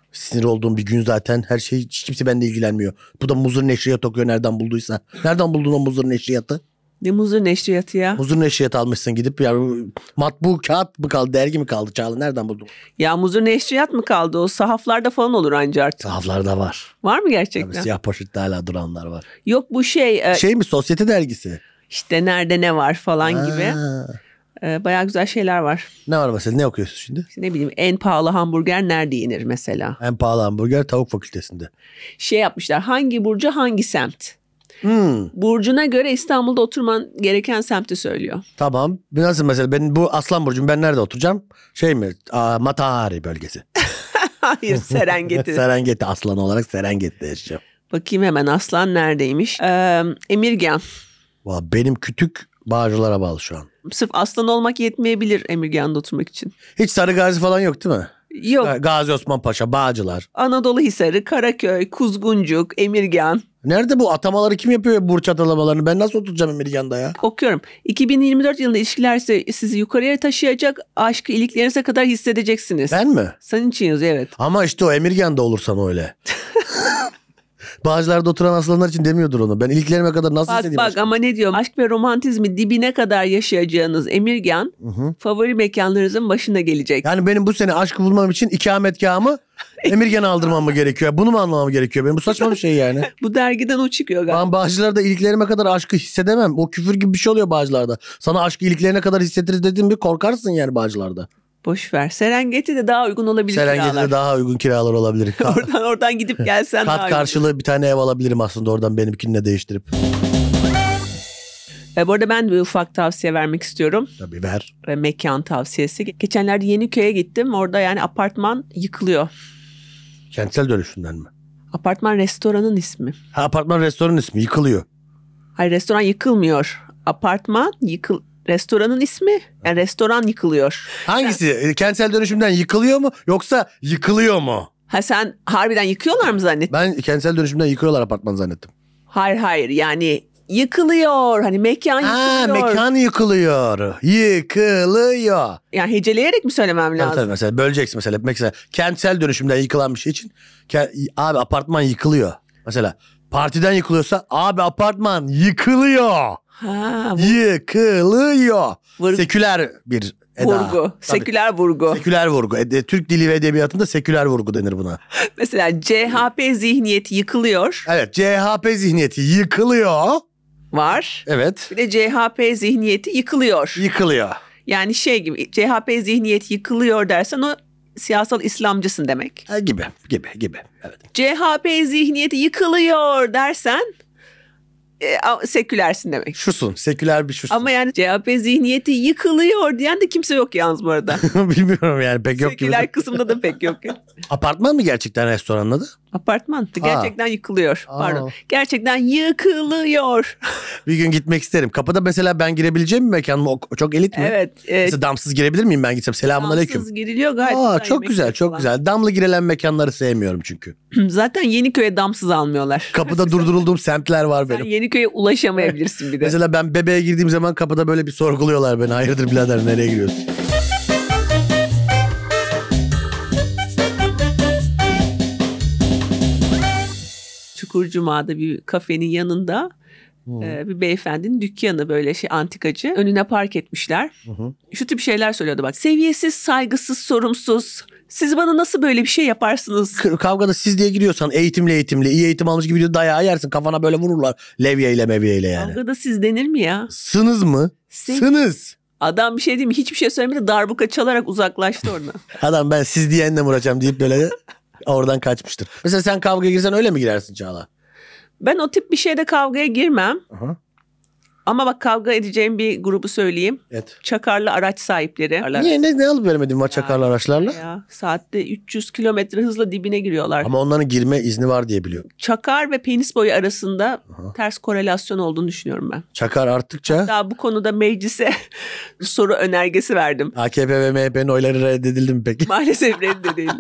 Sinir olduğum bir gün zaten her şey hiç kimse benimle ilgilenmiyor. Bu da muzur neşriyat okuyor nereden bulduysa. Nereden buldun o muzur neşriyatı? Ne muzur neşriyatı ya? Muzur neşriyat almışsın gidip ya matbu kağıt mı kaldı dergi mi kaldı Çağla nereden buldun? Ya muzur neşriyat mı kaldı? O sahaflarda falan olur anca artık. Sahaflarda var. Var mı gerçekten? Tabii, siyah poşette hala duranlar var. Yok bu Şey mi Sosyete dergisi? işte nerede ne var falan gibi. Bayağı güzel şeyler var. Ne var mesela ne okuyorsun şimdi? İşte ne bileyim en pahalı hamburger nerede yenir mesela? En pahalı hamburger tavuk fakültesinde. Şey yapmışlar hangi burcu hangi semt? Burcuna göre İstanbul'da oturman gereken semti söylüyor. Tamam. Nasıl mesela benim bu Aslan burcum ben nerede oturacağım? Şey mi? Matahari bölgesi. Hayır Serengeti. Serengeti aslan olarak Serengeti'de yaşayacağım. Bakayım hemen aslan neredeymiş? Emirgan. Benim kütük Bağcılar'a bağlı şu an. Sırf aslan olmak yetmeyebilir Emirgan'da oturmak için. Hiç Sarıgazi falan yok değil mi? Yok. Gazi Osman Paşa, Bağcılar. Anadolu Hisarı, Karaköy, Kuzguncuk, Emirgan. Nerede bu atamaları kim yapıyor ya burç atamalarını? Ben nasıl oturacağım Emirgan'da ya? Okuyorum. 2024 yılında ilişkiler sizi yukarıya taşıyacak, aşkı iliklerinize kadar hissedeceksiniz. Ben mi? Senin için yazıyor evet. Ama işte o Emirgan'da olursan öyle. Bağcılar'da oturan aslanlar için demiyordur onu. Ben iliklerime kadar nasıl hissedeyim? Bak ama ne diyor? Aşk ve romantizmi dibine kadar yaşayacağınız Emirgan favori mekanlarınızın başına gelecek. Yani benim bu sene aşkı bulmam için ikametgahımı Emirgan'a aldırmam mı gerekiyor? Bunu mu anlamam gerekiyor? Benim bu saçma bir şey yani. Bu dergiden o çıkıyor galiba. Ben Bağcılar'da iliklerime kadar aşkı hissedemem. O küfür gibi bir şey oluyor Bağcılar'da. Sana aşkı iliklerine kadar hissettiririz dediğim bir korkarsın yani Bağcılar'da. Boş ver. Serengeti'de daha uygun olabilir Serengeti'de kiralar. daha uygun kiralar olabilir. oradan gidip gelsen daha Kat uygun. karşılığı bir tane ev alabilirim aslında oradan benimkinle değiştirip. Bu arada ben bir ufak tavsiye vermek istiyorum. Tabii ver. Mekan tavsiyesi. Geçenlerde Yeniköy'e gittim. Orada yani apartman yıkılıyor. Kentsel dönüşümden mi? Apartman restoranın ismi. Ha, apartman restoran ismi yıkılıyor. Hayır restoran yıkılmıyor. Apartman restoranın ismi. Yani restoran yıkılıyor. Hangisi? Kentsel dönüşümden yıkılıyor mu yoksa yıkılıyor mu? Ha sen harbiden yıkıyorlar mı zannettin? Ben kentsel dönüşümden yıkıyorlar apartman zannettim. Hayır yani yıkılıyor. Hani mekan Ha, yıkılıyor. mekan yıkılıyor. Yıkılıyor. Yani heceleyerek mi söylemem lazım? Tabii mesela böleceksin mesela kentsel dönüşümden yıkılan bir şey için abi apartman yıkılıyor. Mesela partiden yıkılıyorsa abi apartman yıkılıyor. Ha, Yıkılıyor. Vurgu. Seküler bir eda. vurgu. Tabii. Seküler vurgu. Seküler vurgu. Türk dili ve edebiyatında seküler vurgu denir buna. Mesela CHP zihniyeti yıkılıyor. Evet, CHP zihniyeti yıkılıyor. Var. Evet. Bir de CHP zihniyeti yıkılıyor. Yıkılıyor. Yani şey gibi CHP zihniyeti yıkılıyor dersen o siyasal İslamcısın demek. Gibi. Evet. CHP zihniyeti yıkılıyor dersen sekülersin demek. Şusun, seküler bir şusun. Ama yani CHP zihniyeti yıkılıyor diyen de kimse yok yalnız bu arada. Bilmiyorum yani pek yok gibi. Seküler kısımda da pek yok. Apartman mı gerçekten restoranın adı? Apartman gerçekten yıkılıyor. Aa. Pardon. Gerçekten yıkılıyor. Bir gün gitmek isterim. Kapıda mesela ben girebileceğim bir mekan mı? Çok elit mi? Evet. Mesela damsız girebilir miyim ben gitsem? Selamünaleyküm. Damsız giriliyor gayet. Çok güzel, yemekler çok falan. güzel. Damlı girilen mekanları sevmiyorum çünkü. Zaten Yeniköy'e damsız almıyorlar. Kapıda durdurulduğum semtler var Sen benim. Yeniköy'e ulaşamayabilirsin bir de. Mesela ben bebeğe girdiğim zaman kapıda böyle bir sorguluyorlar beni. Hayırdır birader nereye giriyorsun? Çukurcuma'da bir kafenin yanında bir beyefendinin dükkanı böyle antikacı. Önüne park etmişler. Şu tip şeyler söylüyordu bak. Seviyesiz, saygısız, sorumsuz. Siz bana nasıl böyle bir şey yaparsınız? Kavgada siz diye giriyorsan eğitimli iyi eğitim almış gibi de dayağı yersin. Kafana böyle vururlar. Levyeyle mevyeyle yani. Kavgada siz denir mi ya? Sınız mı? Sınız. Adam bir şey değil mi? Hiçbir şey söylemedi. Darbuka çalarak uzaklaştı oradan. Adam ben siz diyenle mi uğraşacağım deyip böyle oradan kaçmıştır. Mesela sen kavgaya girsen öyle mi girersin Çağla? Ben o tip bir şeyde kavgaya girmem. Aha. Ama bak kavga edeceğim bir grubu söyleyeyim. Evet. Çakarlı araç sahipleri. Niye ne alıp veremedin var çakarlı araçlarla? Ya, saatte 300 kilometre hızla dibine giriyorlar. Ama onların girme izni var diye biliyorum. Çakar ve penis boyu arasında ters korelasyon olduğunu düşünüyorum ben. Çakar arttıkça Daha bu konuda meclise soru önergesi verdim. AKP ve MHP'nin oyları reddedildi mi peki? Maalesef reddedildi.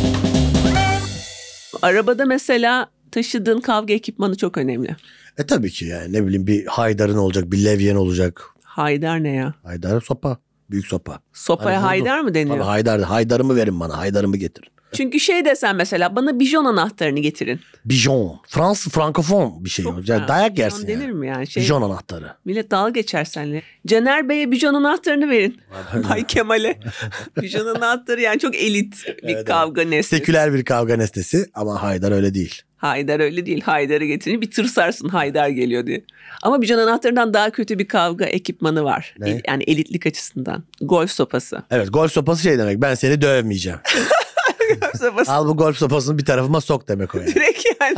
Arabada mesela taşıdığın kavga ekipmanı çok önemli. Tabii ki yani ne bileyim bir haydarın olacak bir levyen olacak. Haydar ne ya? Haydar sopa. Büyük sopa. Sopaya Hani Haydar mı deniyor? Tabii Haydar'ımı verin bana. Haydar'ımı getirin. Çünkü şey desen mesela bana bijon anahtarını getirin. Bijon. Frankofon bir şey. Çok Yani dayak bijon yersin denir yani. mi yani? Bijon anahtarı. Millet dalga geçer seninle. Caner Bey'e bijon anahtarını verin. Bay Kemal'e. Bijon anahtarı yani çok elit bir kavga nesnesi. Seküler bir kavga nesnesi ama Haydar öyle değil. Haydar öyle değil. Haydar'ı getirin bir tırsarsın Haydar geliyor diye. Ama bijon anahtarından daha kötü bir kavga ekipmanı var. Ne? Yani elitlik açısından. Golf sopası. Evet, golf sopası şey demek. Ben seni dövmeyeceğim. Golf sopası Al bu golf sopasını bir tarafıma sok demek o yani. direkt yani.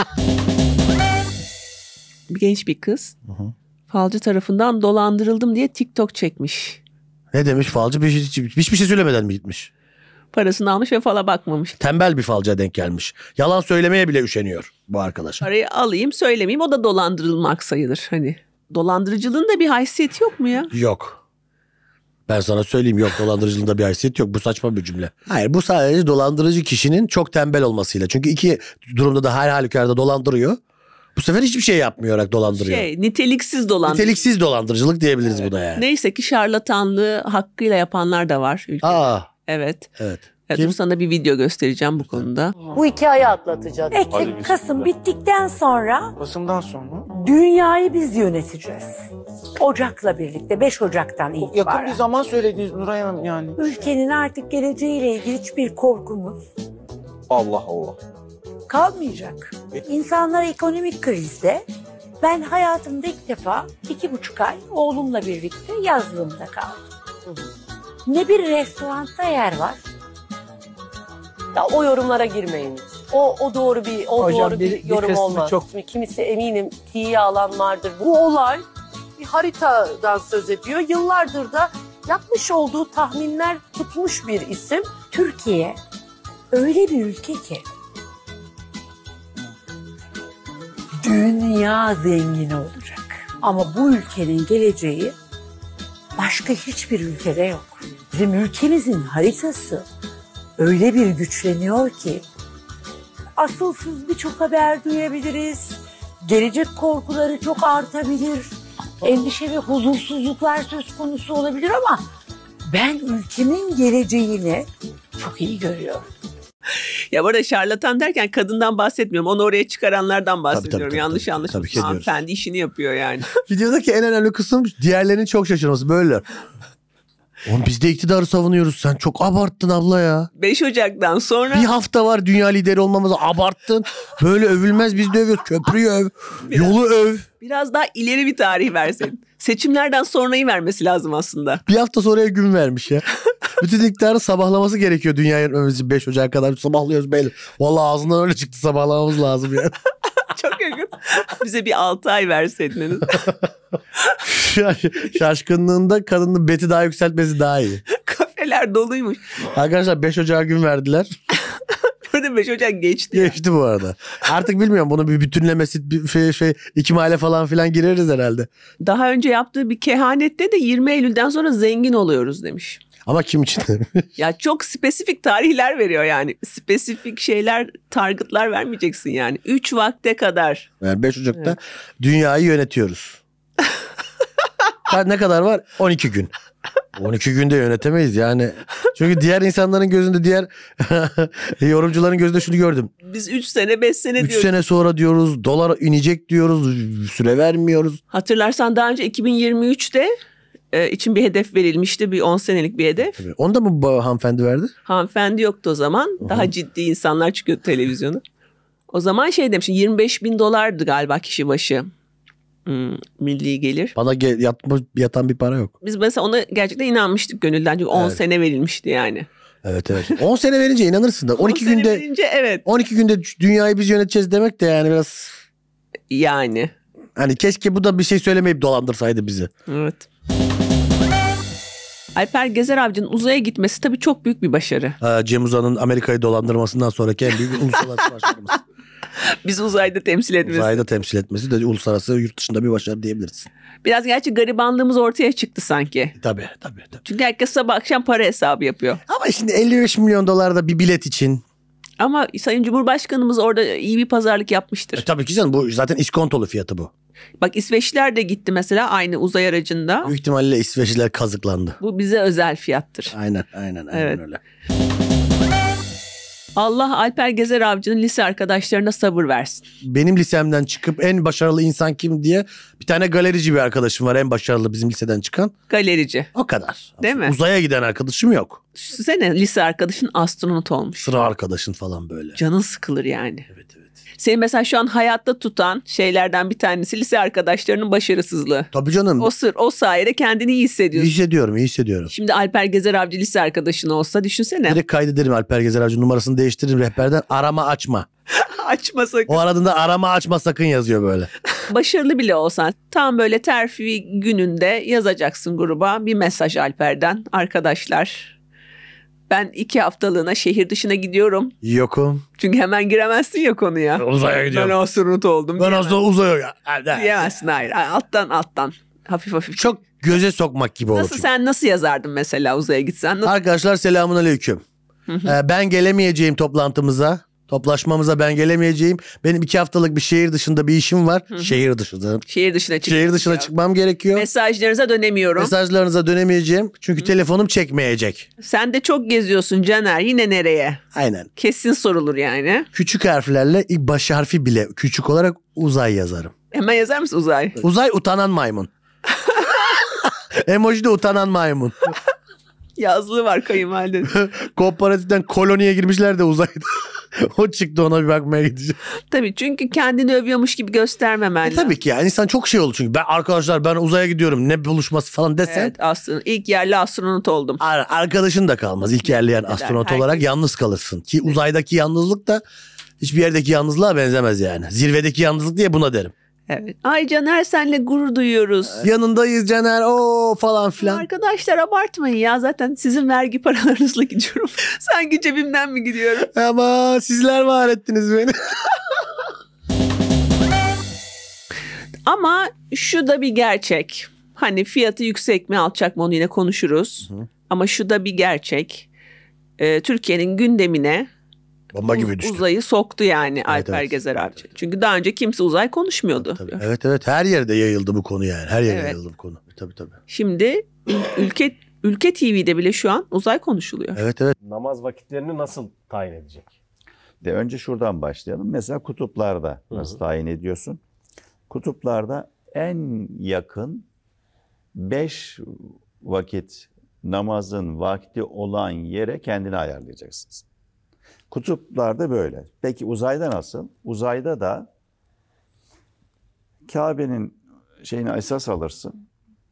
Genç bir kız falcı tarafından dolandırıldım diye TikTok çekmiş. Ne demiş falcı? Hiçbir şey söylemeden mi gitmiş? Parasını almış ve fala bakmamış. Tembel bir falcıya denk gelmiş. Yalan söylemeye bile üşeniyor bu arkadaş. Parayı alayım söylemeyeyim o da dolandırılmak sayılır. Hani dolandırıcılığın da bir haysiyeti yok mu ya? Yok. Ben sana söyleyeyim, yok, dolandırıcılığında bir haysiyet yok. Bu saçma bir cümle. Hayır, bu sadece dolandırıcı kişinin çok tembel olmasıyla. Çünkü iki durumda da her halükarda dolandırıyor. Bu sefer hiçbir şey yapmayarak dolandırıyor. Niteliksiz dolandırıcılık. Niteliksiz dolandırıcılık diyebiliriz bu da yani. Neyse ki şarlatanlığı hakkıyla yapanlar da var ülkede. Evet. Evet. Dur sana bir video göstereceğim bu konuda. Bu 2 ayı atlatacağız. Ekim, Kasım bittikten sonra Kasım'dan sonra dünyayı biz yöneteceğiz. Ocak'la birlikte 5 Ocak'tan çok yakın bir itibaren. zaman söylediniz Nuray Hanım yani. Ülkenin artık geleceğiyle ilgili hiçbir korkumuz Allah Allah. kalmayacak. İnsanlar ekonomik krizde. Ben hayatımda ilk defa 2,5 ay oğlumla birlikte yazlığımda kaldım. Ne bir restoranda yer var. Ya o yorumlara girmeyin hiç. O doğru bir Hocam, doğru bir bir yorum kısmı olmaz. çok- Şimdi kimisi eminim tiye alan vardır. Bu olay bir haritadan söz ediyor. Yıllardır da yapmış olduğu tahminler tutmuş bir isim. Türkiye öyle bir ülke ki dünya zengini olacak. Ama bu ülkenin geleceği başka hiçbir ülkede yok. Bizim ülkemizin haritası öyle bir güçleniyor ki asılsız birçok haber duyabiliriz. Gelecek korkuları çok artabilir. Endişe ve huzursuzluklar söz konusu olabilir ama ben ülkemin geleceğini çok iyi görüyorum. Ya bu arada şarlatan derken kadından bahsetmiyorum. Onu oraya çıkaranlardan bahsediyorum. tabii, Yanlış tabii. anlaşılmasın. Tabii ki ediyoruz. Hanımefendi işini yapıyor yani. Videodaki en önemli kısım diğerlerinin çok şaşırması. Böyle. Oğlum biz de iktidarı savunuyoruz. Sen çok abarttın abla ya. 5 Ocak'tan sonra Bir hafta var dünya lideri olmamıza, abarttın. Böyle övülmez, biz de övüyoruz. Köprüyü öv. Yolu öv. biraz daha ileri bir tarih versin. Seçimlerden sonrayı vermesi lazım aslında. Bir hafta sonraya gün vermiş ya. Bütün iktidarın sabahlaması gerekiyor dünya yönetmemiz için 5 Ocak'a kadar. Sabahlıyoruz belli. Vallahi ağzından öyle çıktı, sabahlamamız lazım ya. Çok yakın. Bize bir 6 ay verseydiniz. Şaşkınlığında kadının beti daha yükseltmesi daha iyi. Kafeler doluymuş. Arkadaşlar 5 Ocak'a gün verdiler. Burada 5 Ocak geçti. Geçti bu arada. Artık bilmiyorum, bunu bir bütünlemesi, bir şey ikmale falan filan gireriz herhalde. Daha önce yaptığı bir kehanette de 20 Eylül'den sonra zengin oluyoruz demiş. Ama kim için? Ya çok spesifik tarihler veriyor yani. Spesifik şeyler, targetlar vermeyeceksin yani. 3 vakte kadar. Yani 5 Ocak'ta dünyayı yönetiyoruz. Ne kadar var? 12 gün. 12 günde yönetemeyiz yani. Çünkü diğer insanların gözünde, diğer yorumcuların gözünde şunu gördüm. Biz 3 sene 5 sene 3 diyoruz. sene sonra diyoruz, dolar inecek diyoruz, süre vermiyoruz. Hatırlarsan daha önce 2023'te için bir hedef verilmişti. Bir 10 senelik bir hedef. Onu da mı bu hanımefendi verdi? Hanımefendi yoktu o zaman. Daha ciddi insanlar çıkıyordu televizyona. O zaman şey demiş, 25 bin dolardı galiba kişi başı. Milli gelir. Bana yatan bir para yok. Biz mesela ona gerçekten inanmıştık gönülden. Çünkü 10 Evet. sene verilmişti yani. Evet. 10 sene verince inanırsın da. 12 10 sene günde verince evet. 12 günde dünyayı biz yöneteceğiz demek de yani biraz, Yani. hani keşke bu da bir şey söylemeyip dolandırsaydı bizi. Evet. Alper Gezer Avcı'nın uzaya gitmesi tabii çok büyük bir başarı. Cem Uzan'ın Amerika'yı dolandırmasından sonraki en büyük uluslararası başarımız. Biz uzayda temsil etmesi. Uzayda temsil etmesi de uluslararası, yurt dışında bir başarı diyebiliriz. Biraz gerçi garibanlığımız ortaya çıktı sanki. Tabii. Çünkü herkes sabah akşam para hesabı yapıyor. Ama şimdi 55 milyon dolar da bir bilet için. Ama Sayın Cumhurbaşkanımız orada iyi bir pazarlık yapmıştır. Tabii ki canım, bu zaten iskontolu fiyatı bu. Bak İsveçliler de gitti mesela aynı uzay aracında. Büyük ihtimalle İsveçliler kazıklandı. Bu bize özel fiyattır. Aynen Evet. öyle. Allah Alper Gezer Avcı'nın lise arkadaşlarına sabır versin. Benim lisemden çıkıp en başarılı insan kim diye bir tane galerici bir arkadaşım var, en başarılı bizim liseden çıkan. Galerici. O kadar. Değil mi? Uzaya giden arkadaşım yok. Düşünsene lise arkadaşın astronot olmuş. Sıra arkadaşın falan böyle. Canın sıkılır yani. Evet. Seni mesela şu an hayatta tutan şeylerden bir tanesi lise arkadaşlarının başarısızlığı. Tabii canım. O sayede kendini iyi İyi hissediyorsun. hissediyorum. Şimdi Alper Gezer Avcı lise arkadaşın olsa düşünsene. Direkt kaydederim Alper Gezer Avcı, numarasını değiştiririm rehberden. Arama açma. Açma sakın. O aradığında arama açma sakın yazıyor böyle. Başarılı bile olsan tam böyle terfi gününde yazacaksın gruba bir mesaj Alper'den. Arkadaşlar ben 2 haftalığına şehir dışına gidiyorum. Yokum. Çünkü hemen giremezsin ya konuya. Uzaya gidiyorum. Ben astronot oldum. Ben diyemezsin. aslında uzaya. Diyemezsin hayır. Alttan. Hafif. Çok göze sokmak gibi olur. Nasıl çünkü. sen nasıl yazardın mesela uzaya gitsen? Nasıl? Arkadaşlar selamun aleyküm. Ben gelemeyeceğim toplaşmamıza ben gelemeyeceğim. Benim 2 haftalık bir şehir dışında bir işim var. Şehir dışında. Şehir dışına çık. Şehir dışına çıkmam gerekiyor. Mesajlarınıza dönemiyorum. Mesajlarınıza dönemeyeceğim. Çünkü telefonum çekmeyecek. Sen de çok geziyorsun Caner. Yine nereye? Aynen. Kesin sorulur yani. Küçük harflerle ilk baş harfi bile küçük olarak uzay yazarım. Hemen yazar mısın uzay? Uzay utanan maymun. Emoji de utanan maymun. Yazlığı var kayınvalide. Kooperatiften koloniye girmişler de uzayda. O çıktı, ona bir bakmaya gideceğim. Tabii çünkü kendini övüyormuş gibi göstermemen lazım. Tabii ki yani insan çok şey olur çünkü. Arkadaşlar ben uzaya gidiyorum, ne buluşması falan desen. Evet aslında ilk yerli astronot oldum. Arkadaşın da kalmaz. İlk yerleyen astronot herkes. olarak yalnız kalırsın. Ki uzaydaki yalnızlık da hiçbir yerdeki yalnızlığa benzemez yani. Zirvedeki yalnızlık diye buna derim. Evet. Ay Caner senle gurur duyuyoruz. Yanındayız Caner o falan filan. Arkadaşlar abartmayın ya zaten sizin vergi paralarınızla gidiyorum. Sanki cebimden mi gidiyorum? Ama sizler var ettiniz beni. Ama şu da bir gerçek. Hani fiyatı yüksek mi alçak mı onu yine konuşuruz. Ama şu da bir gerçek. Türkiye'nin gündemine Bomba gibi düştü. uzayı soktu yani Alper evet. Gezer Avcı. Çünkü daha önce kimse uzay konuşmuyordu. Tabii. Evet her yerde yayıldı bu konu yani. Her yerde Evet. yayıldı bu konu. Tabii. Şimdi ülke TV'de bile şu an uzay konuşuluyor. Evet. Namaz vakitlerini nasıl tayin edecek? De önce şuradan başlayalım. Mesela kutuplarda nasıl tayin ediyorsun? Kutuplarda en yakın 5 vakit namazın vakti olan yere kendini ayarlayacaksınız. Kutuplarda böyle. Peki uzayda nasıl? Uzayda da Kabe'nin şeyini esas alırsın.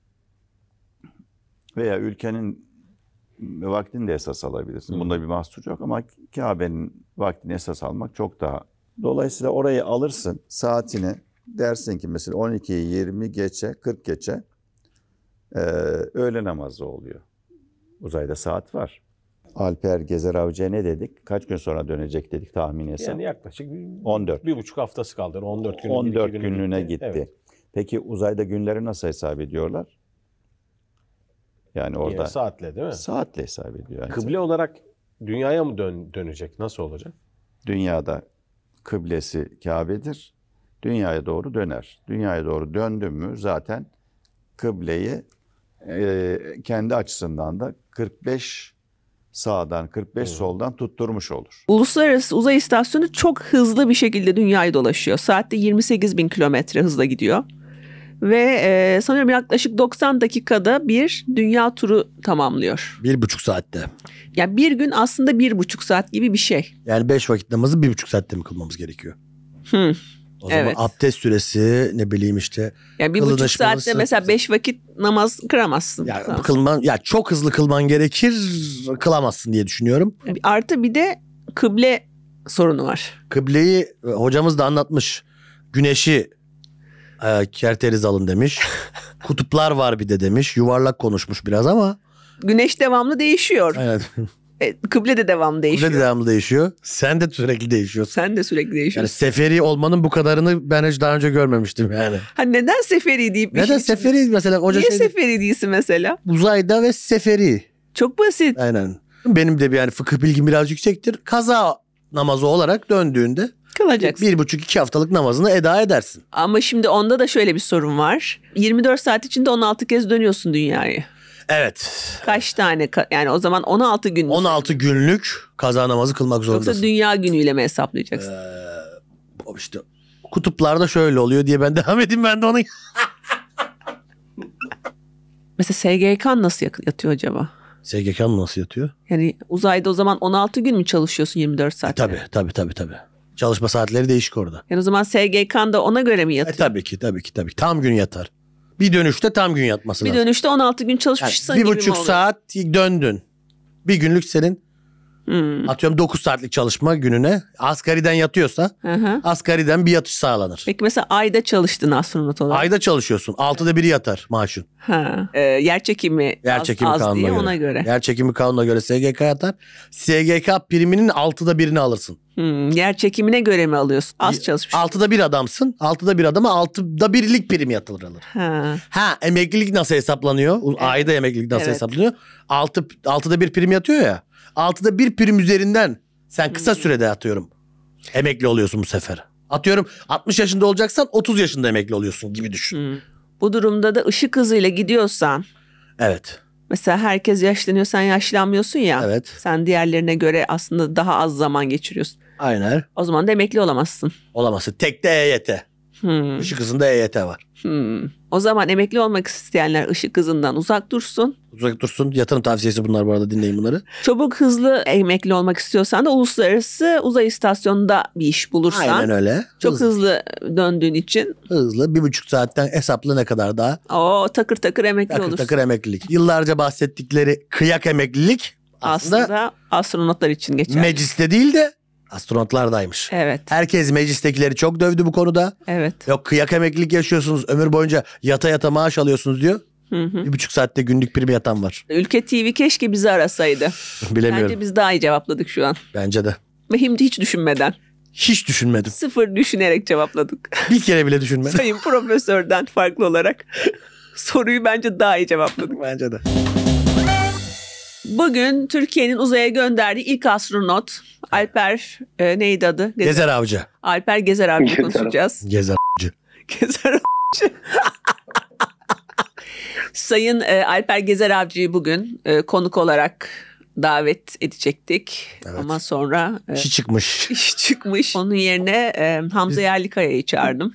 Veya ülkenin vaktini de esas alabilirsin. Bunda bir mahsur yok ama Kabe'nin vaktini esas almak çok daha. Dolayısıyla orayı alırsın, saatini dersin ki mesela 12'yi 20 geçe, 40 geçe öğle namazı oluyor. Uzayda saat var. Alper Gezer Avcı'ya ne dedik? Kaç gün sonra dönecek dedik tahmini hesap? Yani yaklaşık 14. 1,5 haftası kaldı. 14 günü 14 günlüğüne gitti. Evet. Peki uzayda günleri nasıl hesap ediyorlar? Yani orada Yine saatle değil mi? saatle hesap ediyor. Yani Kıble olarak dünyaya mı dönecek? Nasıl olacak? dünyada kıblesi Kabe'dir. Dünyaya doğru döner. Dünyaya doğru döndü mü zaten kıbleyi kendi açısından da 45 sağdan 45 soldan tutturmuş olur. Uluslararası Uzay İstasyonu çok hızlı bir şekilde dünyayı dolaşıyor. Saatte 28 bin kilometre hızla gidiyor. Ve sanıyorum yaklaşık 90 dakikada bir dünya turu tamamlıyor. 1,5 saatte. Yani bir gün aslında 1,5 saat gibi bir şey. Yani 5 vakit namazı 1,5 saatte mi kılmamız gerekiyor? O zaman Evet. abdest süresi ne bileyim işte. Yani 1,5 Kılınaşmalı saatte mesela 5 vakit namaz kıramazsın. Ya çok hızlı kılman gerekir, kılamazsın diye düşünüyorum. Artı bir de kıble sorunu var. Kıbleyi hocamız da anlatmış. Güneşi kerteriz alın demiş. Kutuplar var bir de demiş. Yuvarlak konuşmuş biraz ama. Güneş devamlı değişiyor. Evet. Kıble de devamlı değişiyor. Kıble de devamlı değişiyor. Sen de sürekli değişiyorsun. Sen de sürekli Yani değişiyorsun. seferi olmanın bu kadarını ben hiç daha önce görmemiştim yani. Ha neden seferi deyip Neden seferi mesela? Hoca Niye seferi değilsin mesela? uzayda ve seferi. Çok basit. Aynen. Benim de yani fıkıh bilgim biraz yüksektir. Kaza namazı olarak döndüğünde Kalacaksın. 1,5-2 haftalık namazını eda edersin. Ama şimdi onda da şöyle bir sorun var. 24 saat içinde 16 kez dönüyorsun dünyayı. Evet. Kaç tane yani o zaman 16 gün mü? 16 günlük kaza namazı kılmak zorundasın. Yoksa dünya günüyle mi hesaplayacaksın? İşte kutuplarda şöyle oluyor diye ben devam edeyim, ben de onu. Mesela SGK nasıl yatıyor acaba? SGK nasıl yatıyor? Yani uzayda o zaman 16 gün mü çalışıyorsun 24 saat? Tabii. Çalışma saatleri değişik orada. Yani o zaman SGK'n da ona göre mi yatıyor? Tabii ki. Tam gün yatar. Bir dönüşte tam gün yatması Bir lazım. dönüşte 16 gün çalışmışsın Yani gibi mi 1,5 oluyor? saat döndün. Bir günlük senin atıyorum 9 saatlik çalışma gününe asgariden yatıyorsa Hı hı. asgariden bir yatış sağlanır. Peki mesela ayda çalıştın astronot olarak. Ayda çalışıyorsun. 6'da 1'i yatar maaşın. Ha. Yer çekimi Yer çekimi az kanununa diye göre. ona göre. Yer çekimi kanununa göre SGK yatar. SGK priminin 6'da 1'ini alırsın. Yer çekimine göre mi alıyorsun? Az çalışmış. 6'da 1 adamsın. 6'da 1 adama 6'da 1'lik prim yatılır alır. Ha. Emeklilik nasıl hesaplanıyor? Ayda emeklilik nasıl Evet. hesaplanıyor? 6'da 1 prim yatıyor ya. 6'da 1 prim üzerinden sen kısa sürede atıyorum emekli oluyorsun bu sefer. Atıyorum 60 yaşında olacaksan 30 yaşında emekli oluyorsun gibi düşün. Bu durumda da ışık hızıyla gidiyorsan Evet. mesela herkes yaşlanıyor sen yaşlanmıyorsun ya. Evet. Sen diğerlerine göre aslında daha az zaman geçiriyorsun. Aynen. O zaman da emekli olamazsın. Olamazsın. Tek de EYT. Hmm. Işık hızında EYT var. O zaman emekli olmak isteyenler ışık hızından uzak dursun. Uzak dursun. Yatırım tavsiyesi bunlar, bu arada dinleyin bunları. Çabuk hızlı emekli olmak istiyorsan da uluslararası uzay istasyonunda bir iş bulursan. Aynen öyle. Çok hızlı döndüğün için Hızlı. 1,5 saatten hesapla ne kadar daha. o takır takır emekli Takır olursun. takır emeklilik. Yıllarca bahsettikleri kıyak emeklilik aslında Aslında astronotlar için geçerli. mecliste değil de astronotlardaymış. Evet. Herkes meclistekileri çok dövdü bu konuda. Evet. Yok kıyak emeklilik yaşıyorsunuz, ömür boyunca yata yata maaş alıyorsunuz diyor. Hı hı. 1,5 saatte günlük prim yatan var. Ülke TV keşke bizi arasaydı. Bilemiyorum. Bence biz daha iyi cevapladık şu an. Bence de. Ve hem de hiç düşünmeden. Hiç düşünmedim. Sıfır düşünerek cevapladık. Bir kere bile düşünmedim. Sayın profesörden farklı olarak soruyu bence daha iyi cevapladık. Bence de. Bugün Türkiye'nin uzaya gönderdiği ilk astronot Alper neydi adı? Gezer avcı. Alper Gezer abi konuşacağız. Gezer avcı. Gezer Avcı. Sayın Alper Gezer Avcı'yı bugün konuk olarak davet edecektik. Evet. Ama sonra İşi çıkmış. iş çıkmış. Onun yerine Hamza Yerlikaya'yı çağırdım.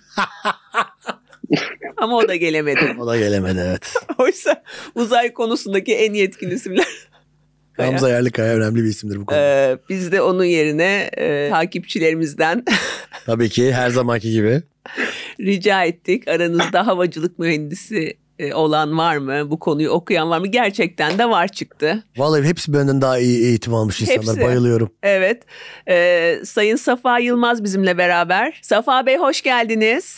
Ama o da gelemedi. O da gelemedi, evet. Oysa uzay konusundaki en yetkin isimler. Hamza Yerlikaya önemli bir isimdir bu konuda. Biz de onun yerine takipçilerimizden Tabii ki her zamanki gibi. rica ettik. Aranızda havacılık mühendisi olan var mı? Bu konuyu okuyan var mı? Gerçekten de var çıktı. Vallahi hepsi benden daha iyi eğitim almış insanlar. Hepsi. Bayılıyorum. Evet. Sayın Safa Yılmaz bizimle beraber. Safa Bey hoş geldiniz.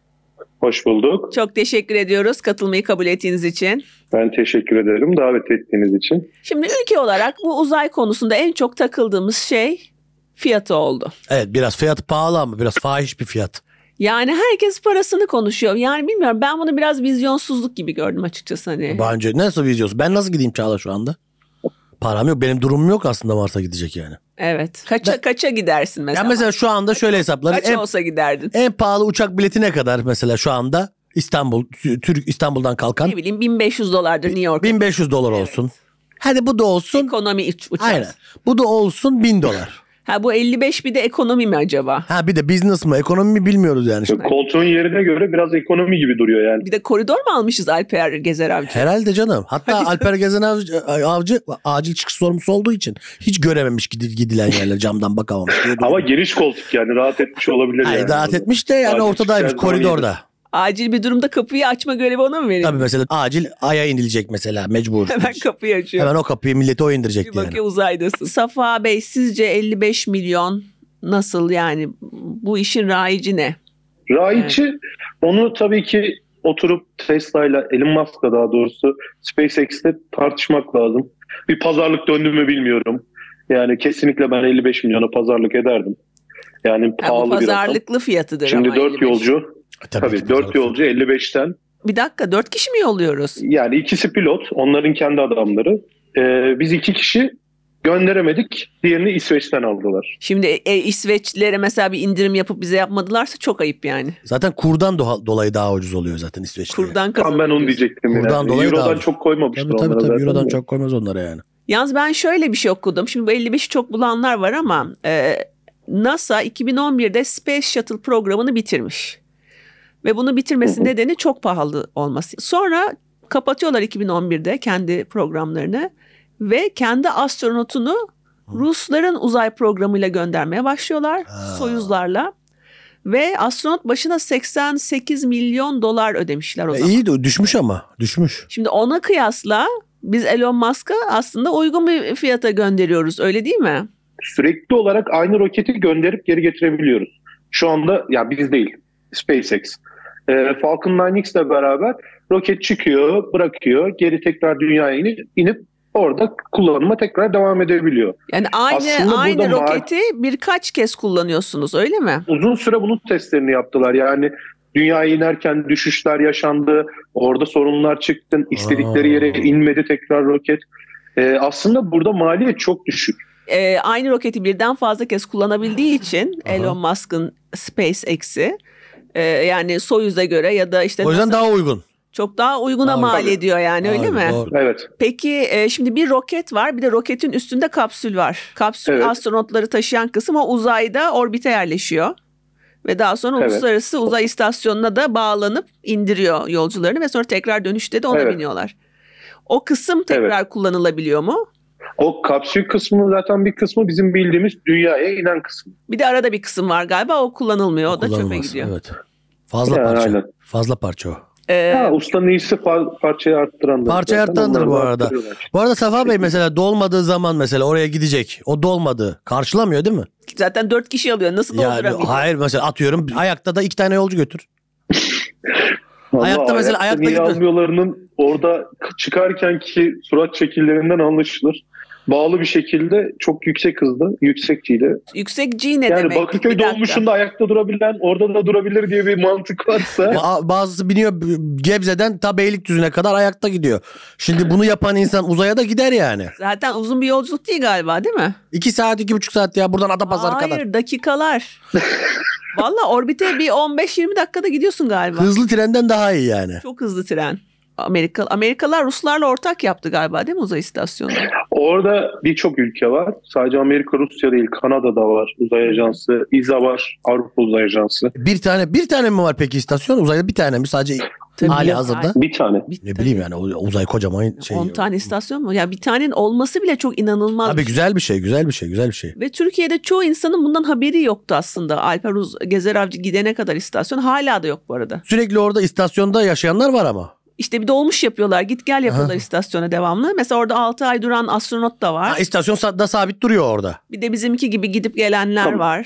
Hoş bulduk. Çok teşekkür ediyoruz katılmayı kabul ettiğiniz için. Ben teşekkür ederim davet ettiğiniz için. Şimdi ülke olarak bu uzay konusunda en çok takıldığımız şey fiyatı oldu. Evet, biraz fiyat pahalı ama biraz fahiş bir fiyat. Yani herkes parasını konuşuyor. Yani bilmiyorum, ben bunu biraz vizyonsuzluk gibi gördüm açıkçası. Hani. Bence nasıl vizyonsuz? Ben nasıl gideyim Çağla şu anda? Param yok. Benim durumum yok aslında, varsa gidecek yani. Evet. Kaça gidersin mesela? Ya mesela şu anda şöyle hesaplarız. Kaç olsa giderdin? En pahalı uçak bileti ne kadar mesela şu anda? İstanbul'dan kalkan Ne bileyim $1.500 New York'a. $1.500 olsun. Hadi bu da olsun. Ekonomi uçarız. Aynen. Bu da olsun $1.000. Ha bu 55 bir de ekonomi mi acaba? Ha bir de business mı, ekonomi mi bilmiyoruz yani. Koltuğun yerine göre biraz ekonomi gibi duruyor yani. Bir de koridor mu almışız Alper Gezer Avcı? Herhalde canım. Hatta Alper Gezen avcı acil çıkış sorumlusu olduğu için hiç görememiş gidilen yerler, camdan bakamamış diye. Ama geniş koltuk yani rahat etmiş olabilir Hayır, yani. rahat etmiş de yani Acil ortadaymış, çıkış her zaman koridorda. Acil bir durumda kapıyı açma görevi ona mı verelim? Tabii mesela acil Ay'a inilecek mesela, mecbur. Hemen kapıyı açıyor. Hemen o kapıyı milleti o Bir indirecekti yani. bakıyor uzaydasın. Safa Bey sizce 55 milyon nasıl, yani bu işin raici ne? Raiçi onu tabii ki oturup Tesla'yla, Elon Musk'la daha doğrusu SpaceX'te tartışmak lazım. Bir pazarlık döndü mü bilmiyorum. Yani kesinlikle ben 55 milyona pazarlık ederdim. Yani Yani bu pahalı bir rakam. pazarlıklı fiyatıdır Şimdi ama 4 55. yolcu. Tabii ki 4 yolcu 55'ten. Bir dakika, 4 kişi mi yolluyoruz? Yani ikisi pilot, onların kendi adamları. Biz 2 kişi Gönderemedik. Diğerini İsveç'ten aldılar. Şimdi İsveçlilere mesela bir indirim yapıp bize yapmadılarsa çok ayıp yani. Zaten kurdan dolayı daha ucuz oluyor zaten İsveçli'ye. Kurdan Tam ben onu kazanıyorsun. diyecektim. Kurdan Yani. dolayı daha Euro'dan ucuz. çok koymamıştır Tabii onlara zaten. Euro'dan de. çok koymaz onlara yani. Yalnız ben şöyle bir şey okudum. Şimdi bu 55'i çok bulanlar var ama NASA 2011'de Space Shuttle programını bitirmiş. Ve bunu bitirmesinin nedeni çok pahalı olması. Sonra kapatıyorlar 2011'de kendi programlarını ve kendi astronotunu Rusların uzay programıyla göndermeye başlıyorlar. Soyuzlarla. Ve astronot başına 88 milyon dolar ödemişler o zaman. İyi de düşmüş ama. Düşmüş. Şimdi ona kıyasla biz Elon Musk'a aslında uygun bir fiyata gönderiyoruz, öyle değil mi? Sürekli olarak aynı roketi gönderip geri getirebiliyoruz. Şu anda ya biz değil, SpaceX. Falcon 9X'le beraber roket çıkıyor, bırakıyor, geri tekrar dünyaya inip orada kullanıma tekrar devam edebiliyor. Yani Aslında aynı burada roketi birkaç kez kullanıyorsunuz, öyle mi? Uzun süre bunun testlerini yaptılar. Yani dünyaya inerken düşüşler yaşandı, orada sorunlar çıktı, istedikleri yere inmedi tekrar roket. Aslında burada maliyet çok düşük. Aynı roketi birden fazla kez kullanabildiği için Elon Musk'ın SpaceX'i yani Soyuz'a göre ya da işte O yüzden NASA daha uygun. çok daha uyguna Daha mal uygun. ediyor yani, öyle Doğru, mi? doğru. Evet. Peki şimdi bir roket var, bir de roketin üstünde kapsül var. Kapsül Evet. astronotları taşıyan kısım, o uzayda orbite yerleşiyor. Ve daha sonra Evet. uluslararası uzay istasyonuna da bağlanıp indiriyor yolcularını ve sonra tekrar dönüşte de ona Evet. biniyorlar. O kısım tekrar kullanılabiliyor mu? O kapsül kısmı zaten bir kısmı bizim bildiğimiz dünyaya inen kısmı. Bir de arada bir kısım var galiba, o kullanılmıyor. O da çöpe Kullanılmaz, gidiyor. Evet. Fazla Yani parça. aynen. Fazla parça o. Ustanın iyisi parçayı arttırandır. Parçayı zaten. arttırandır Onları bu da arada. arttırıyorlar. Bu arada Safa Bey mesela dolmadığı zaman mesela oraya gidecek. O dolmadı. Karşılamıyor değil mi? Zaten 4 kişi alıyor. Nasıl Yani dolduramıyor? hayır mesela atıyorum ayakta da 2 tane yolcu götür. Vallahi Ayakta mesela, ayakta niye gidiyor. almıyorlarının orada çıkarken ki surat şekillerinden anlaşılır. Bağlı bir şekilde çok yüksek hızda, yüksek G'yle. Yüksek G ne Yani demek? Bir Bakırköy dakika. dolmuşunda ayakta durabilen orada da durabilir diye bir mantık varsa. Bazısı biniyor Gebze'den ta Beylikdüzü'ne kadar ayakta gidiyor. Şimdi bunu yapan insan uzaya da gider yani. Zaten uzun bir yolculuk değil galiba, değil mi? 2 saat 2,5 saat ya buradan Adapazarı Hayır, kadar. dakikalar. Valla orbite bir 15-20 dakikada gidiyorsun galiba. Hızlı trenden daha iyi yani. Çok hızlı tren. Amerikalılar Ruslarla ortak yaptı galiba, değil mi uzay istasyonu? Orada birçok ülke var. Sadece Amerika, Rusya değil, Kanada'da var uzay ajansı. İZA var, Avrupa Uzay Ajansı. Bir tane mi var peki istasyon? Uzayda bir tane mi? Sadece Tabii hali yok, hazırda. Bir tane. Ne bileyim yani uzay kocaman şey. 10 tane istasyon mu? Ya bir tanenin olması bile çok inanılmaz. Abi güzel bir şey. Ve Türkiye'de çoğu insanın bundan haberi yoktu aslında. Alper Gezer Avcı gidene kadar istasyon hala da yok bu arada. Sürekli orada istasyonda yaşayanlar var ama. İşte bir dolmuş yapıyorlar. Git gel yapıyorlar istasyona devamlı. Mesela orada 6 ay duran astronot da var. Ha, istasyon da sabit duruyor orada. Bir de bizimki gibi gidip gelenler var.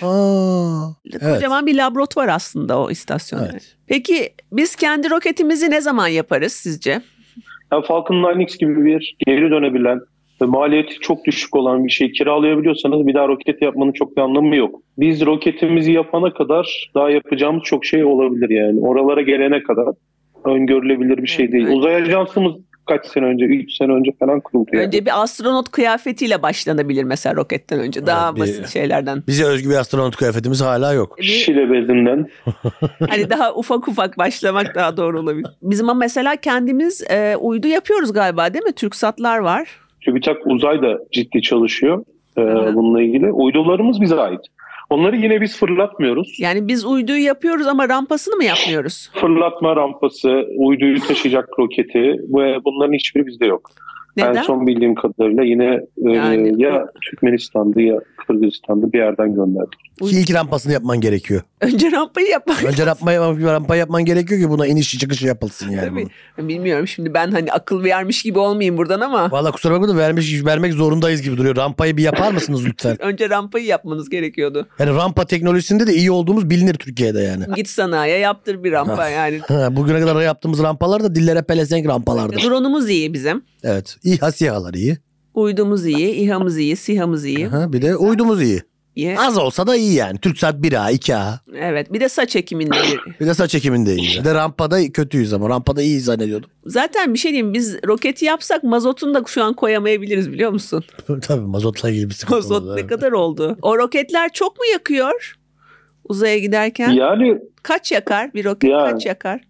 Evet. Kocaman bir laboratuvar aslında o istasyon. Evet. Peki biz kendi roketimizi ne zaman yaparız sizce? Yani Falcon 9X gibi bir geri dönebilen ve maliyeti çok düşük olan bir şey kiralayabiliyorsanız bir daha roket yapmanın çok bir anlamı yok. Biz roketimizi yapana kadar daha yapacağımız çok şey olabilir yani. Oralara gelene kadar öngörülebilir bir şey değil. Evet. Uzay ajansımız kaç sene önce, 3 sene önce falan kuruldu yani. Önce bir astronot kıyafetiyle başlanabilir mesela roketten önce. Daha Evet, basit şeylerden. Bize özgü bir astronot kıyafetimiz hala yok. Şile bezinden. Hani daha ufak başlamak daha doğru olabilir. Bizim ama mesela kendimiz uydu yapıyoruz galiba, değil mi? TürkSatlar var. TÜBİTAK Uzay da ciddi çalışıyor Hı. bununla ilgili. Uydularımız bize ait. Onları yine biz fırlatmıyoruz. Yani biz uyduyu yapıyoruz ama rampasını mı yapmıyoruz? Fırlatma rampası, uyduyu taşıyacak roketi ve bunların hiçbiri bizde yok. Neden? En son bildiğim kadarıyla yine Yani ya Türkmenistan'da ya Kırgızistan'da bir yerden gönderdik. Ki ilk rampasını yapman gerekiyor. Önce rampayı yapmak. Önce rampayı yapman gerekiyor ki buna inişi çıkışı yapılsın yani. Tabii. Bilmiyorum şimdi ben hani akıl vermiş gibi olmayayım buradan ama. Valla kusura bakma da vermek zorundayız gibi duruyor. Rampayı bir yapar mısınız lütfen? Önce rampayı yapmanız gerekiyordu. Yani rampa teknolojisinde de iyi olduğumuz bilinir Türkiye'de yani. Git sanayiye yaptır bir rampa yani. Bugüne kadar yaptığımız rampalar da dillere pelesenk rampalardır. Drone'umuz iyi bizim. Evet. İHA SİHA'lar iyi. Uydumuz iyi, İHA'mız iyi, SİHA'mız iyi. Bir de uydumuz iyi. İyi. Az olsa da iyi yani. TürkSat 1A, 2A. Evet, bir de saç ekiminde Bir de saç ekiminde iyi. Bir de rampada kötüyüz ama rampada iyi zannediyordum. Zaten bir şey diyeyim, biz roketi yapsak mazotunu da şu an koyamayabiliriz biliyor musun? Tabii mazotla ilgili bir sıkıntı Mazot oldu, ne evet. kadar oldu? O roketler çok mu yakıyor uzaya giderken? Yani Kaç yakar? Bir roket Yani. kaç yakar?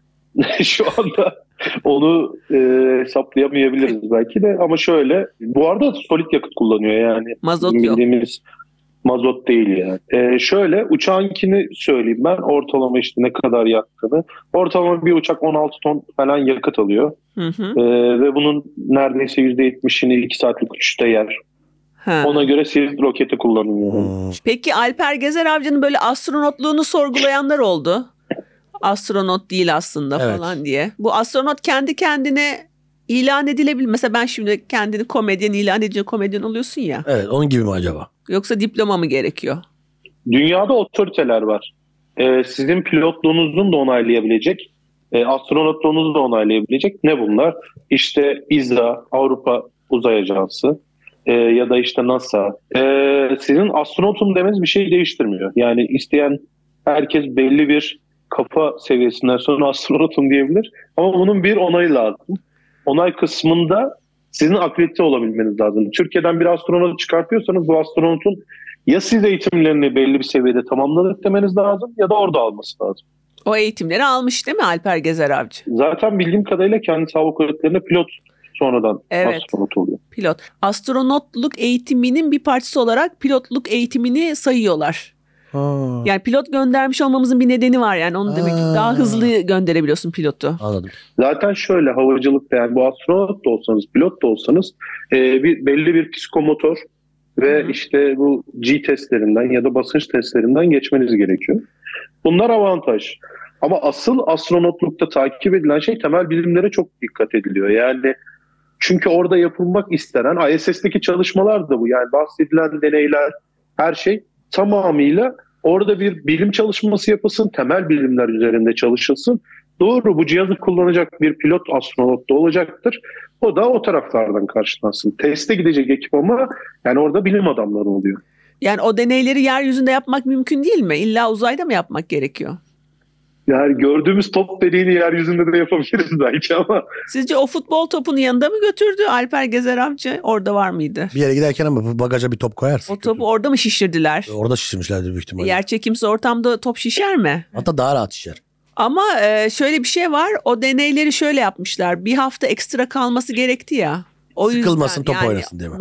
şu anda onu hesaplayamayabiliriz belki de, ama şöyle, bu arada solit yakıt kullanıyor yani. Mazot Bizim yok. bildiğimiz mazot değil yani. Şöyle uçağınkini söyleyeyim ben, ortalama işte ne kadar yaktığını. Ortalama bir uçak 16 ton falan yakıt alıyor. Hı hı. Ve bunun neredeyse %70'ini 2 saatlik uçuşta yer. Ha. Ona göre siz roketi kullanıyor. Hmm. Peki Alper Gezer Avcı'nın böyle astronotluğunu sorgulayanlar oldu. Astronot değil aslında Evet. falan diye. Bu astronot kendi kendine ilan edilebilir. Mesela ben şimdi kendini komedyen ilan edince komedyen oluyorsun ya. Evet, onun gibi mi acaba? Yoksa diploma mı gerekiyor? Dünyada otoriteler var. Sizin pilotluğunuzun da onaylayabilecek, astronotluğunuzu da onaylayabilecek. Ne bunlar? İşte ESA, Avrupa Uzay Ajansı ya da işte NASA. Sizin astronotum demeniz bir şey değiştirmiyor. Yani isteyen herkes belli bir kafa seviyesinden sonra astronotum diyebilir. Ama bunun bir onayı lazım. Onay kısmında sizin akredite olabilmeniz lazım. Türkiye'den bir astronot çıkartıyorsanız bu astronotun ya siz eğitimlerini belli bir seviyede tamamladık demeniz lazım ya da orada alması lazım. O eğitimleri almış değil mi Alper Gezer Avcı? Zaten bildiğim kadarıyla kendi hava kuvvetlerinde pilot sonradan Evet. astronot oluyor. Pilot. Astronotluk eğitiminin bir parçası olarak pilotluk eğitimini sayıyorlar. Ha, Yani pilot göndermiş olmamızın bir nedeni var yani onu demek. Ha. Daha hızlı gönderebiliyorsun pilotu. anladım. Zaten şöyle, havacılıkta yani bu astronot da olsanız, pilot da olsanız belli bir psikomotor ve Hı hı. işte bu G testlerinden ya da basınç testlerinden geçmeniz gerekiyor. Bunlar avantaj. Ama asıl astronotlukta takip edilen şey temel bilimlere çok dikkat ediliyor. Yani çünkü orada yapılmak istenen ISS'teki çalışmalar da bu. Yani bahsedilen deneyler, her şey tamamıyla orada bir bilim çalışması yapılsın, temel bilimler üzerinde çalışılsın. Doğru, bu cihazı kullanacak bir pilot astronot da olacaktır. O da o taraflardan karşılansın. Teste gidecek ekip ama yani orada bilim adamları oluyor. Yani o deneyleri yeryüzünde yapmak mümkün değil mi? İlla uzayda mı yapmak gerekiyor? Yani gördüğümüz top deneyini yeryüzünde de yapabiliriz belki ama Sizce o futbol topunu yanında mı götürdü Alper Gezer Avcı? Orada var mıydı? Bir yere giderken ama bagaja bir top koyarsın. O topu orada mı şişirdiler? Orada şişirmişlerdir büyük ihtimalle. Yerçekimsiz ortamda top şişer mi? Hatta daha rahat şişer. Ama şöyle bir şey var. O deneyleri şöyle yapmışlar. Bir hafta ekstra kalması gerekti ya. O Sıkılmasın, yüzden top oynasın diye mi?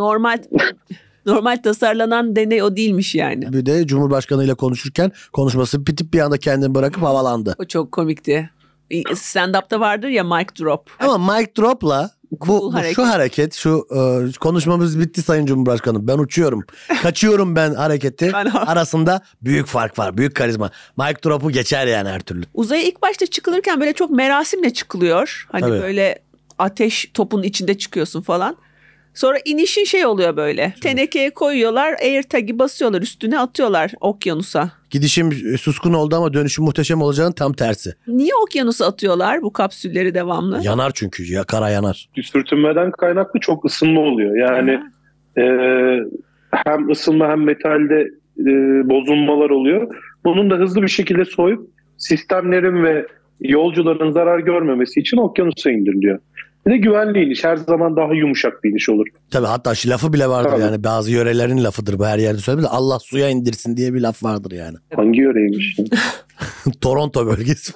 Normal tasarlanan deney o değilmiş yani. Bir de Cumhurbaşkanı ile konuşurken konuşması bitip bir anda kendini bırakıp havalandı. O çok komikti. Stand-up'ta vardır ya mic drop. Ama mic drop'la Cool şu hareket, konuşmamız bitti Sayın Cumhurbaşkanım, ben uçuyorum, kaçıyorum ben hareketi Ben- arasında büyük fark var, büyük karizma. Mic drop'u geçer yani her türlü. Uzaya ilk başta çıkılırken böyle çok merasimle çıkılıyor. Hani Tabii. böyle ateş topun içinde çıkıyorsun falan. Sonra inişin şey oluyor böyle. Tenekeye koyuyorlar, AirTag'i basıyorlar, üstüne atıyorlar okyanusa. Gidişim suskun oldu ama dönüşüm muhteşem olacağının tam tersi. Niye okyanusa atıyorlar bu kapsülleri devamlı? Yanar çünkü, ya kara yanar. sürtünmeden kaynaklı çok ısınma oluyor. Yani hem ısınma hem metalde bozulmalar oluyor. Bunun da hızlı bir şekilde soyup sistemlerin ve yolcuların zarar görmemesi için okyanusa indiriliyor. Bir de güvenli iniş her zaman daha yumuşak bir iniş olur. Tabii hatta şu lafı bile vardır Tabii. yani, bazı yörelerin lafıdır bu, her yerde söylenir. Allah suya indirsin diye bir laf vardır yani. Hangi yöreymiş? Toronto bölgesi.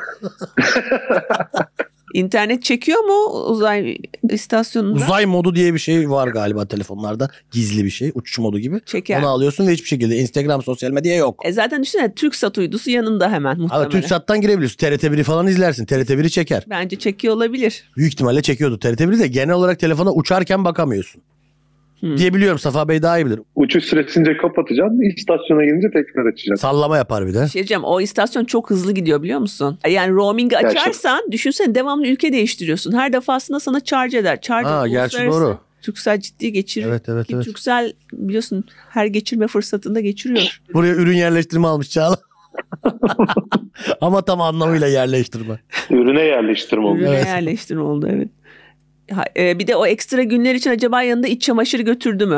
İnternet çekiyor mu uzay istasyonunda? Uzay modu diye bir şey var galiba telefonlarda. Gizli bir şey. Uçuş modu gibi. Çeker. Onu alıyorsun ve hiçbir şekilde Instagram, sosyal medya yok. Zaten düşünsene TürkSat uydusu yanında hemen muhtemelen. Ama TürkSat'tan girebiliyorsun. TRT1'i falan izlersin. TRT1'i çeker. Bence çekiyor olabilir. Büyük ihtimalle çekiyordu. TRT1'i de genel olarak telefona uçarken bakamıyorsun. Diyebiliyorum, Safa Bey daha iyi bilir. Uçuş süresince kapatacaksın, istasyona gelince tekrar açacaksın. Sallama yapar bir de. Bir şey diyeceğim, o istasyon çok hızlı gidiyor biliyor musun? Yani roaming'i Gerçekten. açarsan düşünsene devamlı ülke değiştiriyorsun. Her defasında sana charge eder. Gerçi uluslararası. doğru. Turkcell ciddi geçirir. Evet, evet, Ki evet. Turkcell biliyorsun her geçirme fırsatında geçiriyor. Buraya ürün yerleştirme almış Çağla. Ama tam anlamıyla yerleştirme. Ürüne yerleştirme oluyor. Ürüne Evet. yerleştirme oldu evet. Bir de o ekstra günler için acaba yanında iç çamaşırı götürdü mü?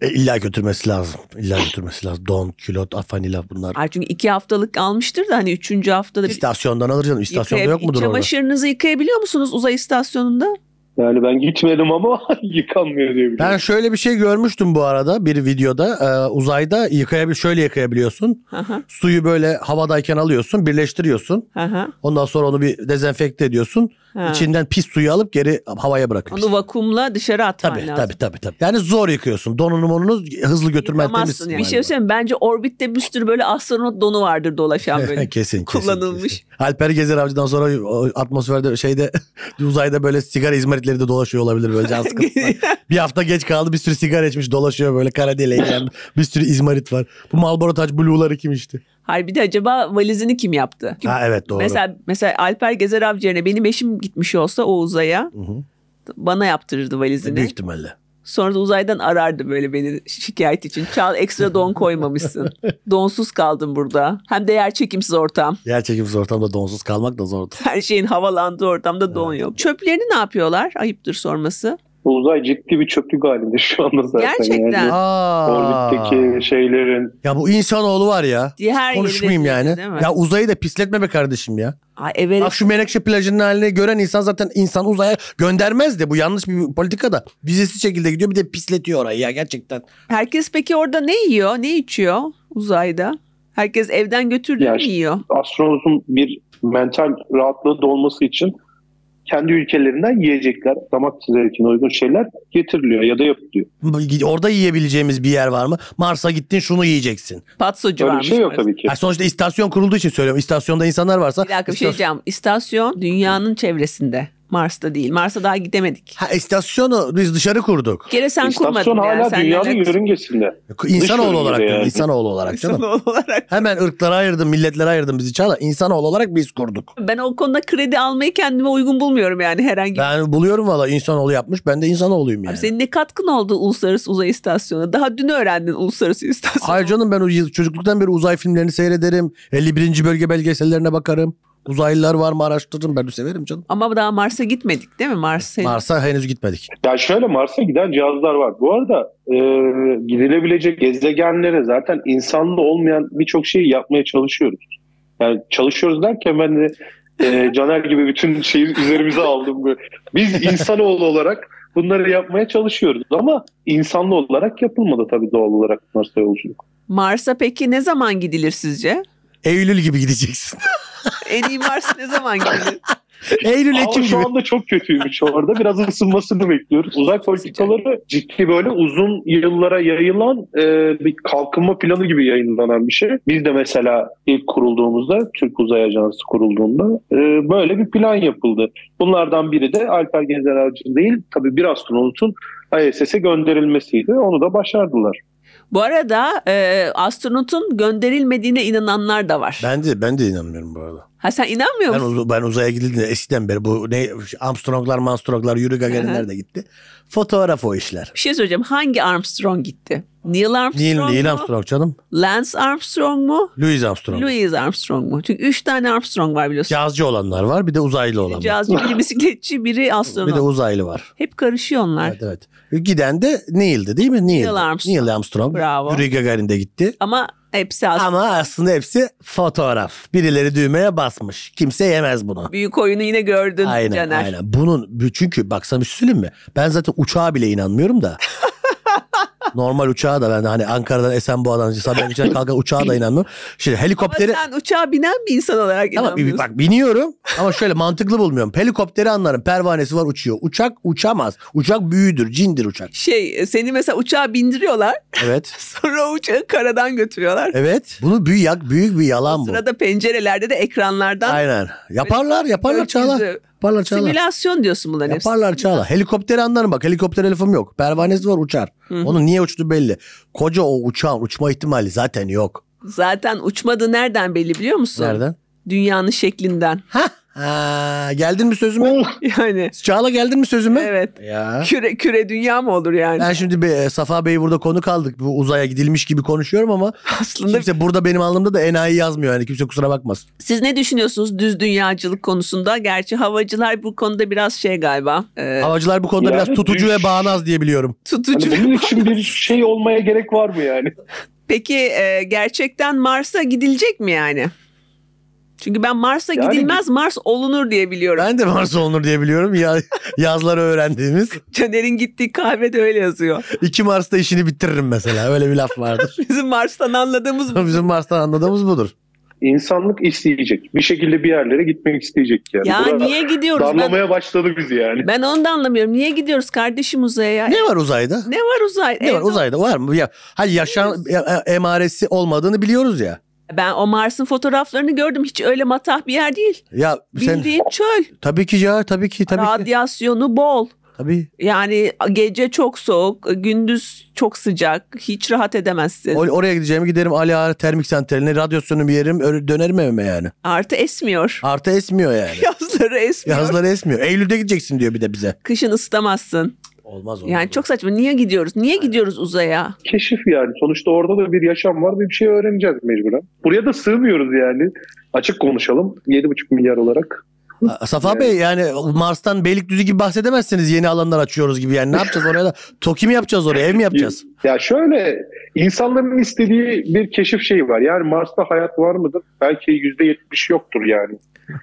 İlla götürmesi lazım. İlla götürmesi lazım. Don, külot, afanila bunlar. Ay çünkü 2 haftalık almıştır da hani 3. haftada İstasyondan alır canım. İstasyonda yok mudur orada? Çamaşırınızı yıkayabiliyor musunuz uzay istasyonunda? Yani ben gitmedim ama yıkanmıyor diye biliyorum. Ben şöyle bir şey görmüştüm bu arada bir videoda. Uzayda şöyle yıkayabiliyorsun. Aha, Suyu böyle havadayken alıyorsun, birleştiriyorsun. aha, Ondan sonra onu bir dezenfekte ediyorsun. ha. İçinden pis suyu alıp geri havaya bırakıyorsun. Onu vakumla dışarı atman lazım. Tabii. Yani zor yıkıyorsun. Donunu hızlı götürmen Yıkamazsın. Bir şey söyleyeyim mi? Bence orbitte bir sürü böyle astronot donu vardır dolaşan böyle. kesin. kullanılmış. Kesin. Alper Gezer Avcı'dan sonra o atmosferde uzayda böyle sigara izmaritleri de dolaşıyor olabilir böyle can sıkıntısı. Bir hafta geç kaldı, bir sürü sigara içmiş dolaşıyor böyle kara deliğe bir sürü izmarit var. Bu Marlboro Touch Blue'ları kim içti? Hayır bir de acaba valizini kim yaptı? Ha evet doğru. Mesela Alper Gezer Avcı yerine benim eşim gitmiş olsa o uzaya Hı-hı. bana yaptırırdı valizini. Büyük ihtimalle. Sonra da uzaydan arardı böyle beni şikayet için. Çal ekstra don koymamışsın. Donsuz kaldım burada. Hem de yer çekimsiz ortam. Yer çekimsiz ortamda donsuz kalmak da zordu. Her şeyin havalandığı ortamda don yok. Çöplerini ne yapıyorlar? Ayıptır sorması. Uzay ciddi bir çöplük halinde şu anda zaten. Gerçekten. Yani. Orbitteki şeylerin. Ya bu insanoğlu var ya. Her Konuşmayayım yeri yani. değil mi? Ya uzayı da pisletme be kardeşim ya. Ay, evet. Bak şu Menekşe plajının halini gören insan zaten insan uzaya göndermez de bu yanlış bir politika da. Vizesiz şekilde gidiyor bir de pisletiyor orayı ya gerçekten. Herkes peki orada ne yiyor? Ne içiyor uzayda? Herkes evden götürdüğünü Ya mü yiyor? Astronotun bir mental rahatlığı da olması için kendi ülkelerinden yiyecekler, damak zevkine uygun şeyler getiriliyor ya da yapılıyor. Orada yiyebileceğimiz bir yer var mı? Mars'a gittin şunu yiyeceksin. Patsocu Öyle bir varmış. şey yok Mars'ta. tabii ki. Ya sonuçta istasyon kurulduğu için söylüyorum. İstasyonda insanlar varsa. Bir dakika bir şey diyeceğim. İstasyon dünyanın çevresinde. Mars'ta değil. Mars'a daha gidemedik. Ha, istasyonu biz dışarı kurduk. Bir kere sen kurmadın. İstasyon hala Sen dünyanın alakası- yörüngesinde. İnsanoğlu Dış olarak yörüngede yani. insanoğlu olarak canım. İnsanoğlu olarak. Hemen ırklara ayırdın, milletlere ayırdın bizi Çağla. İnsanoğlu olarak biz kurduk. Ben o konuda kredi almayı kendime uygun bulmuyorum yani herhangi bir. Ben buluyorum valla insanoğlu yapmış. Ben de insanoğluyum yani. Abi senin ne katkın oldu Uluslararası Uzay İstasyonu? Daha dün öğrendin Uluslararası İstasyonu. Hayır canım ben çocukluktan beri uzay filmlerini seyrederim. 51. bölge belgesellerine bakarım. Uzaylılar var mı araştırırım. Ben de severim canım. Ama daha Mars'a gitmedik değil mi? Mars'a henüz gitmedik. Ya şöyle Mars'a giden cihazlar var. Bu arada gidilebilecek gezegenlere zaten insanlı olmayan birçok şeyi yapmaya çalışıyoruz. Yani çalışıyoruz derken ben de Caner gibi bütün şeyi üzerimize aldım. Böyle. Biz insanoğlu olarak bunları yapmaya çalışıyoruz ama insanlı olarak yapılmadı tabii doğal olarak Mars'a yolculuk. Mars'a peki ne zaman gidilir sizce? Eylül gibi gideceksin. En iyi Mars ne zaman gidilir? Eylül, Ama Ekim şu gibi. anda çok kötüymüş orada. Biraz ısınmasını bekliyoruz. Uzay politikaları ciddi böyle uzun yıllara yayılan bir kalkınma planı gibi yayınlanan bir şey. Biz de mesela ilk kurulduğumuzda, Türk Uzay Ajansı kurulduğunda böyle bir plan yapıldı. Bunlardan biri de Alper Gezer Avcı değil, tabii bir astronotun ISS'e gönderilmesiydi. Onu da başardılar. Bu arada astronotun gönderilmediğine inananlar da var. Ben de inanmıyorum bu arada. Ha sen inanmıyor musun? Ben uzaya gidildiğinde eskiden beri bu Armstronglar, Yuri Gagarinler de gitti. Fotoğraf o işler. Bir şey söyleyeceğim. Hangi Armstrong gitti? Neil Armstrong Neil mu? Armstrong canım. Lance Armstrong mu? Louis Armstrong. Louis Armstrong mu? Çünkü 3 tane Armstrong var biliyorsun. Cihazcı olanlar var bir de uzaylı olan var. Cihazcı, biri bisikletçi, biri Bir de astronot. uzaylı var. Hep karışıyor onlar. Evet. Giden de Neil'di değil mi? Neil Armstrong. Bravo. Yuri Gagarin de gitti. Ama hepsi aslında Ama aslında hepsi fotoğraf. Birileri düğmeye basmış. Kimse yemez bunu. büyük oyunu yine gördün Caner. Aynen. Çünkü bak sana bir şey söyleyeyim mi? Ben zaten uçağa bile inanmıyorum da. Normal uçağa da ben de hani Ankara'dan Esenboğa'dan Sabiha Gökçen'e kalkan uçağa da inanmıyorum. Şimdi helikopteri... Ama sen uçağa binen bir insan olarak Tamam inanmıyorsun. bak biniyorum ama şöyle mantıklı bulmuyorum. Helikopteri anlarım. Pervanesi var uçuyor. Uçak uçamaz. Uçak büyüdür. Cindir uçak. Seni mesela uçağa bindiriyorlar. Evet. Sonra o uçağı karadan götürüyorlar. Evet. Bunu büyük bir yalan O bu. sırada pencerelerde de ekranlardan Aynen. Yaparlar Çağla. gökyüzü. Yaparlar Çağla. Simülasyon diyorsun bunların hepsi. Yaparlar Çağla. Helikopteri anlarım bak. Helikopter lafım yok. Pervanesi var uçar. Onun niye uçtuğu belli. Koca o uçağın uçma ihtimali zaten yok. Zaten uçmadığı nereden belli biliyor musun? Nereden? Dünyanın şeklinden. Hah Geldin mi sözüme? Yani Çağla geldin mi sözüme? evet. Ya. Küre dünya mı olur yani? Ben şimdi Safa Bey'i burada konuk aldık. Bu uzaya gidilmiş gibi konuşuyorum ama Aslında kimse burada benim anlamda da enayi yazmıyor yani. Kimse kusura bakmasın. siz ne düşünüyorsunuz düz dünyacılık konusunda? Gerçi havacılar bu konuda biraz şey galiba. Havacılar bu konuda Yani biraz tutucu ve bağnaz diye biliyorum. Tutucu. Hani bunun için bir şey olmaya gerek var mı yani? Peki gerçekten Mars'a gidilecek mi yani? Çünkü ben Mars'a Yani- gidilmez, Mars olunur diye biliyorum. Ben de Mars olunur diye biliyorum. Yazları öğrendiğimiz. Caner'in gittiği kahvede öyle yazıyor. 2 Mars'ta işini bitiririm mesela. Öyle bir laf vardır. Bizim Mars'tan anladığımız bu. Bizim Mars'tan anladığımız budur. İnsanlık isteyecek. Bir şekilde bir yerlere gitmek isteyecek yani. Ya Burada niye gidiyoruz? darlamaya başladı bizi yani. Ben onu da anlamıyorum. Niye gidiyoruz kardeşim uzaya? Ne var uzayda? Ne var uzay? Ne var Evde- uzayda? Var mı? Ya, hayır yaşam emaresi olmadığını biliyoruz ya. Ben o Mars'ın fotoğraflarını gördüm. Hiç öyle matah bir yer değil. Ya sen Bildiğin çöl. tabii ki ya tabii ki. Radyasyonu bol. Tabii. Yani gece çok soğuk, gündüz çok sıcak. Hiç rahat edemezsin. Oraya gideceğim giderim Ali Ağa Termik Santrali'ne radyasyonu yerim dönerim evime yani. Artı esmiyor. Artı esmiyor yani. Yazları esmiyor. Yazları esmiyor. Eylül'de gideceksin diyor bir de bize. Kışın ısıtamazsın. Olmaz Yani çok saçma. Niye gidiyoruz? Niye gidiyoruz uzaya? Keşif yani. Sonuçta orada da bir yaşam var ve bir şey öğreneceğiz mecburen. Buraya da sığmıyoruz yani. Açık konuşalım. 7,5 milyar olarak. Safa Bey yani Mars'tan Beylikdüzü gibi bahsedemezsiniz yeni alanlar açıyoruz gibi yani ne yapacağız oraya da TOKİ mi yapacağız oraya ev mi yapacağız? Ya şöyle insanların istediği bir keşif şeyi var. Yani Mars'ta hayat var mıdır? Belki %70 yoktur yani.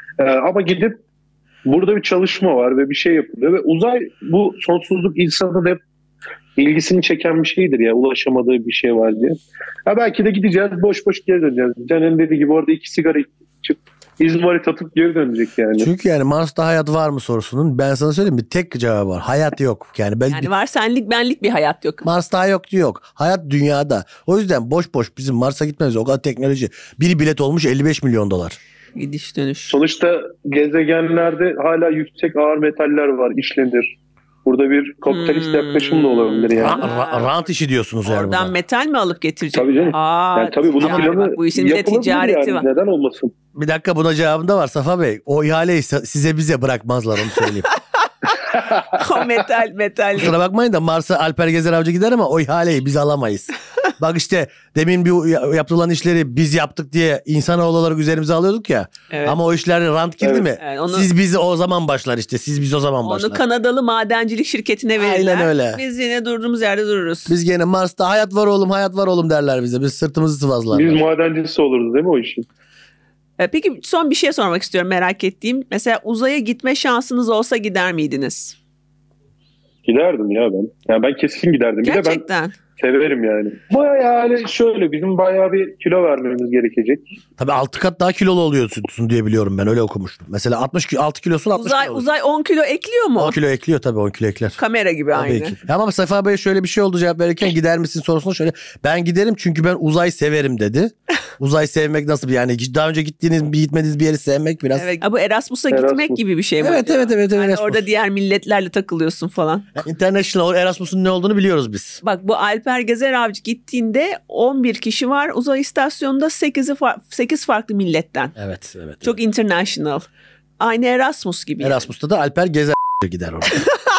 Ama gidip burada bir çalışma var ve bir şey yapılıyor ve uzay bu sonsuzluk insanın hep ilgisini çeken bir şeydir ya ulaşamadığı bir şey var diye. Ha belki de gideceğiz boş boş geri döneceğiz. Caner'in dediği gibi orada 2 sigara içip İzmarit atıp geri dönecek yani. Çünkü yani Mars'ta hayat var mı sorusunun ben sana söyleyeyim bir tek cevabı var. Hayat yok. Yani ben Yani var senlik benlik bir hayat yok. Mars'ta yok diyor yok. Hayat dünyada. O yüzden boş boş bizim Mars'a gitmemiz o kadar teknoloji. Bir bilet olmuş 55 milyon dolar. Gidiş dönüş. Sonuçta gezegenlerde hala yüksek ağır metaller var işlenir. Burada bir kapitalist yaklaşım da olabilir yani. Rant işi diyorsunuz yani. Oradan buna. metal mi alıp getirecek? Tabii canım. Yani tabii bunun ticari planı bak, bu işin bir de yapılabilir ticareti yani. var. Neden olmasın? Bir dakika buna cevabım da var Safa Bey. O ihaleyi size bize bırakmazlar onu söyleyeyim. O metal. Kusura bakmayın da Mars'a Alper Gezer Avcı gider ama o ihaleyi biz alamayız. Bak işte demin bir yapılan işleri biz yaptık diye insanoğlu olarak üzerimize alıyorduk ya. Evet. Ama o işler rant girdi Evet. mi? Evet, onu- Siz bizi o zaman başlar işte. Siz biz o zaman başlar. Onu Kanadalı madencilik şirketine verirler. Aynen öyle. Biz yine durduğumuz yerde dururuz. Biz gene Mars'ta hayat var oğlum derler bize. Biz sırtımızı sıvazlarlar. Biz madencisi oluruz değil mi o işin? Peki son bir şey sormak istiyorum merak ettiğim. Mesela uzaya gitme şansınız olsa gider miydiniz? Giderdim ya ben. Yani ben kesin giderdim. Bir de ben Gerçekten. severim yani. Baya yani şöyle bizim bayağı bir kilo vermemiz gerekecek. Tabii 6 kat daha kilolu oluyorsun diye biliyorum ben öyle okumuştum. Mesela 6 kilosun 60 kilo. Uzay 10 kilo ekliyor mu? 10 kilo ekliyor tabii 10 kilo ekler. Kamera gibi Tabii aynı. ki. Ama Safa Bey şöyle bir şey oldu cevap verirken gider misin sorusuna şöyle. Ben giderim çünkü ben uzay severim dedi. Uzay sevmek nasıl bir yani daha önce gitmediğiniz bir yeri sevmek biraz. Evet. Ha, bu Erasmus'a Erasmus. gitmek gibi bir şey mi? Evet, acaba? evet, Yani Erasmus. orada diğer milletlerle takılıyorsun falan. International Erasmus'un ne olduğunu biliyoruz biz. Bak bu Alper Gezer Avcı gittiğinde 11 kişi var. Uzay istasyonunda 8 farklı milletten. Evet. Çok international. Aynı Erasmus gibi. yani. Erasmus'ta da Alper Gezer gider orada.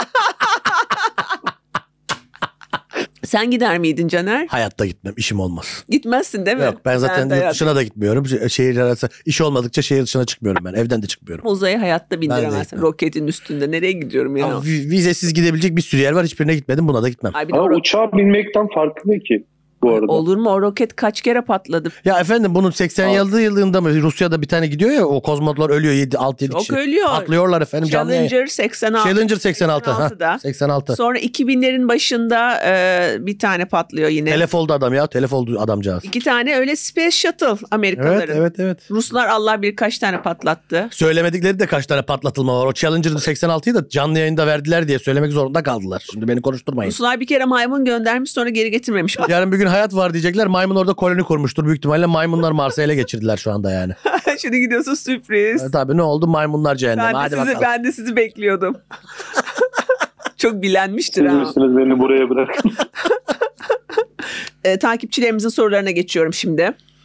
Sen gider miydin Caner? Hayatta gitmem işim olmaz. Gitmezsin değil mi? Yok ben zaten de yurt dışına da gitmiyorum. Şehir arası iş olmadıkça şehir dışına çıkmıyorum ben. Evden de çıkmıyorum. Uzaya hayatta bindiremezsin. gitmem. Roketin üstünde. Nereye gidiyorum ya? Ama vizesiz gidebilecek bir sürü yer var. Hiçbirine gitmedim. Buna da gitmem. Ay bir de Ama o uçağa binmekten farklı ne ki bu arada? olur mu? O roket kaç kere patladı? Ya efendim bunun 87 yılında mı Rusya'da bir tane gidiyor ya o kozmonotlar ölüyor 6-7 Çok kişi. ölüyor. Patlıyorlar efendim canlı yayın. Challenger 86. Challenger 86. 86'da. 86. Sonra 2000'lerin başında bir tane patlıyor yine. Telef oldu adam ya. Telef oldu adamcağız. 2 tane öyle Space Shuttle Amerikalıların. Evet. Ruslar Allah birkaç tane patlattı. Söylemedikleri de kaç tane patlatılma var. O Challenger'ın 86'yı da canlı yayında verdiler diye söylemek zorunda kaldılar. Şimdi beni konuşturmayın. Ruslar bir kere maymun göndermiş sonra geri getirmemiş. Yarın bir gün hayat var diyecekler. Maymun orada koloni kurmuştur. Büyük ihtimalle maymunlar Mars'a ele geçirdiler şu anda yani. Şimdi gidiyorsun sürpriz. Tabii ne oldu? Maymunlar cehenneme. Hadi bakalım. Ben de sizi bekliyordum. Çok bilenmiştir Siz ha. misiniz beni buraya bırakın? Takipçilerimizin sorularına geçiyorum şimdi.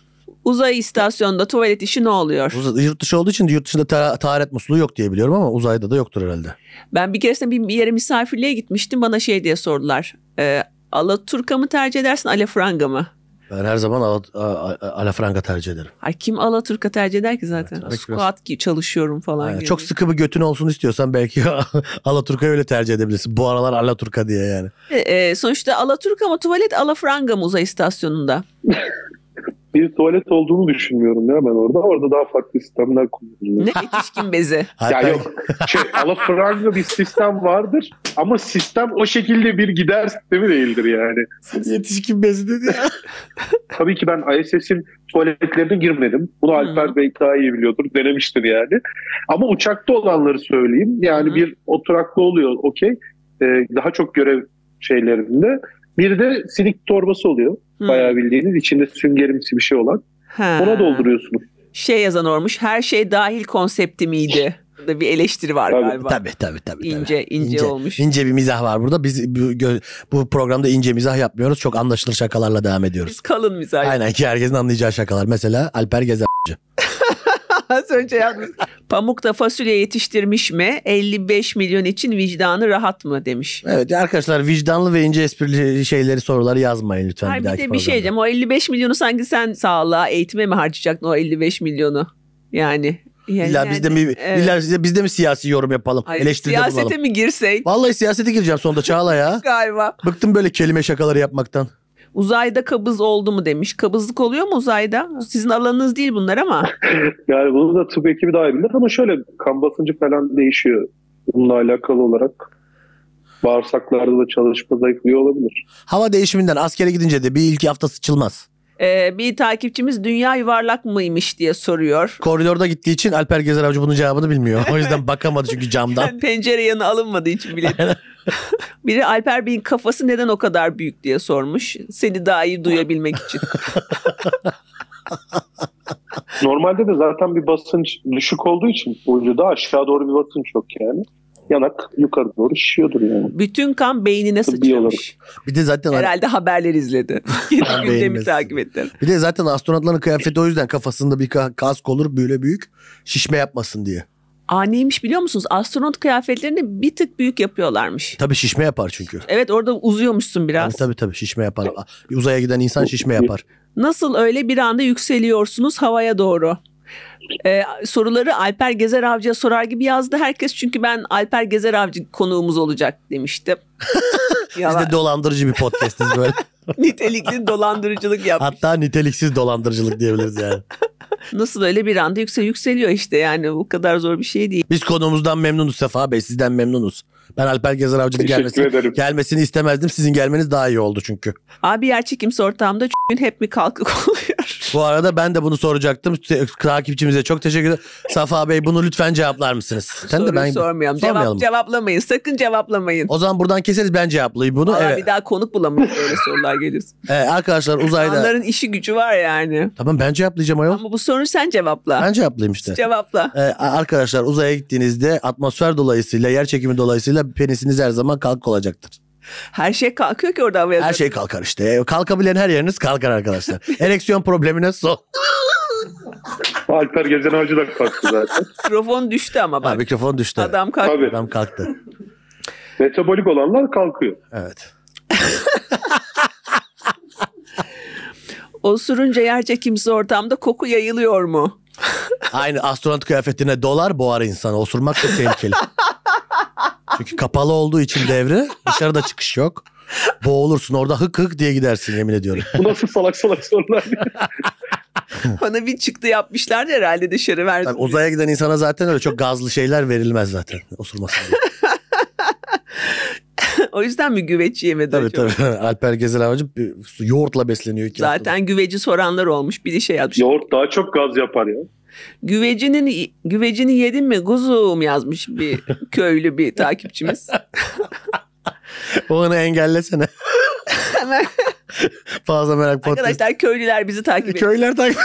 Uzay istasyonunda tuvalet işi ne oluyor? Yurt dışı olduğu için yurt dışında taharet musluğu yok diye biliyorum ama uzayda da yoktur herhalde. Ben bir keresinde bir yere misafirliğe gitmiştim. Bana şey diye sordular. Alaturka mı tercih edersin, alafranga mı? Ben her zaman alafranga tercih ederim. Ay kim alaturka tercih eder ki zaten? Evet, Squat ki çalışıyorum falan Aynen. gibi. Çok sıkı bir götün olsun istiyorsan belki alaturkayı öyle tercih edebilirsin. Bu aralar alaturka diye yani. Sonuçta alaturka mı tuvalet, alafranga mı uzay istasyonunda? Bir tuvalet olduğunu düşünmüyorum ya ben orada. Orada daha farklı sistemler kullanılıyor. Ne yetişkin bezi. Ya yok. Alafranga bir sistem vardır ama sistem o şekilde bir gider sistemi değildir yani. Yetişkin bezi dedi ya. Tabii ki ben ISS'in tuvaletlerine girmedim. Bunu Alper Bey daha iyi biliyordur. Denemiştir yani. Ama uçakta olanları söyleyeyim. Yani bir oturaklı oluyor okey. Daha çok görev şeylerinde. Bir de silik torbası oluyor. Bayağı bildiğiniz içinde süngerimsi bir şey olan. Ona dolduruyorsunuz. Şey yazan olmuş. Her şey dahil konsepti miydi? Burada bir eleştiri var galiba. Tabii. İnce olmuş. İnce bir mizah var burada. Biz bu programda ince mizah yapmıyoruz. Çok anlaşılır şakalarla devam ediyoruz. Biz kalın mizah. Aynen ki herkesin anlayacağı şakalar. Mesela Alper Gezer. Az önce yazmış. Pamuk'ta fasulye yetiştirmiş mi? 55 milyon için vicdanı rahat mı demiş. Evet arkadaşlar vicdanlı ve ince esprili şeyleri soruları yazmayın lütfen. Hayır, bir dahaki de bir şey diyeceğim. O 55 milyonu sanki sen sağlığa, eğitime mi harcayacaksın o 55 milyonu? Yani İlla bizde mi siyasi yorum yapalım? Hayır, Eleştiride siyasete bulunalım. mi girsek? Vallahi siyasete gireceğim sonunda Çağla ya. Galiba. Bıktım böyle kelime şakaları yapmaktan. Uzayda kabız oldu mu demiş. Kabızlık oluyor mu uzayda? Sizin alanınız değil bunlar ama. Yani bunu da tıp ekibi daha iyi bilir ama şöyle kan basıncı falan değişiyor. Bununla alakalı olarak bağırsaklarda da çalışma zayıflıyor olabilir. Hava değişiminden askere gidince de bir ilk hafta sıçılmaz. Bir takipçimiz dünya yuvarlak mıymış diye soruyor. Koridorda gittiği için Alper Gezer Avcı bunun cevabını bilmiyor. O yüzden bakamadı çünkü camdan. Pencere yanı alınmadığı için bile. Biri Alper Bey'in kafası neden o kadar büyük diye sormuş. Seni daha iyi duyabilmek için. Normalde de zaten bir basınç düşük olduğu için vücuda aşağı doğru bir basınç yok yani. Yanak yukarı doğru şişiyordur yani. Bütün kan beynine sıçramış. Bir de zaten herhalde haberler izledi. Gündemi takip etti. Bir de zaten astronotların kıyafeti o yüzden kafasında bir kask olur böyle büyük şişme yapmasın diye. Neymiş biliyor musunuz? Astronot kıyafetlerini bir tık büyük yapıyorlarmış. Tabii şişme yapar çünkü. Evet orada uzuyormuşsun biraz. Tabii şişme yapar. Uzaya giden insan şişme yapar. Nasıl öyle bir anda yükseliyorsunuz havaya doğru? Soruları Alper Gezer Avcı'ya sorar gibi yazdı herkes. Çünkü ben Alper Gezer Avcı konuğumuz olacak demiştim. Biz de dolandırıcı bir podcastiz böyle. Nitelikli dolandırıcılık yapmış. Hatta niteliksiz dolandırıcılık diyebiliriz yani. Nasıl öyle bir anda yükseliyor işte yani bu kadar zor bir şey değil. Biz konuğumuzdan memnunuz Sefa Bey, sizden memnunuz. Ben Alper Gezer Avcı'nın gelmesini istemezdim. Sizin gelmeniz daha iyi oldu çünkü. Abi yerçekimsi ortamda hep mi kalkık oluyor? Bu arada ben de bunu soracaktım. Takipçimize çok teşekkür ederim. Safa Bey bunu lütfen cevaplar mısınız? Soruyu sormayalım. Cevaplamayın. Sakın cevaplamayın. O zaman buradan keseriz, ben cevaplayayım bunu. Evet. Bir daha konuk bulamayız böyle sorular gelirse. Arkadaşlar uzayda. Onların işi gücü var yani. Tamam ben cevaplayacağım ayol. Ama bu soruyu sen cevapla. Ben cevaplayayım işte. Cevapla. Arkadaşlar uzaya gittiğinizde atmosfer dolayısıyla, yer çekimi dolayısıyla penisiniz her zaman kalk olacaktır. Her şey kalkıyor ki orada havaya. Her şey kalkar işte. Kalkabilen her yeriniz kalkar arkadaşlar. Ereksiyon problemine son. Alper Gezer Avcı da kalktı zaten. Mikrofon düştü ama bak. Mikrofon düştü. Adam kalktı. Tabii. Adam kalktı. Metabolik olanlar kalkıyor. Evet. Osurunca yer çekimsiz ortamda koku yayılıyor mu? Aynı astronot kıyafetine dolar boğar insanı. Osurmak çok tehlikeli. Çünkü kapalı olduğu için devre, dışarıda çıkış yok. Boğulursun orada, hık hık diye gidersin yemin ediyorum. Bu nasıl salak sorular? Bana bir çıktı yapmışlar herhalde dışarı versin. Tabii, uzaya giden insana zaten öyle çok gazlı şeyler verilmez zaten osurmasın diye. O yüzden mi güveç yemedi acaba? Tabii. Alper Gezer Avcı yoğurtla besleniyor. Zaten güveci soranlar olmuş. Bir de şey yazmış. Yoğurt daha çok gaz yapar ya. Güvecini yedin mi kuzum yazmış bir köylü bir takipçimiz. Onu engellesene. Hemen. Fazla merak podcast. Arkadaşlar köylüler bizi takip ediyor. Köylüler takip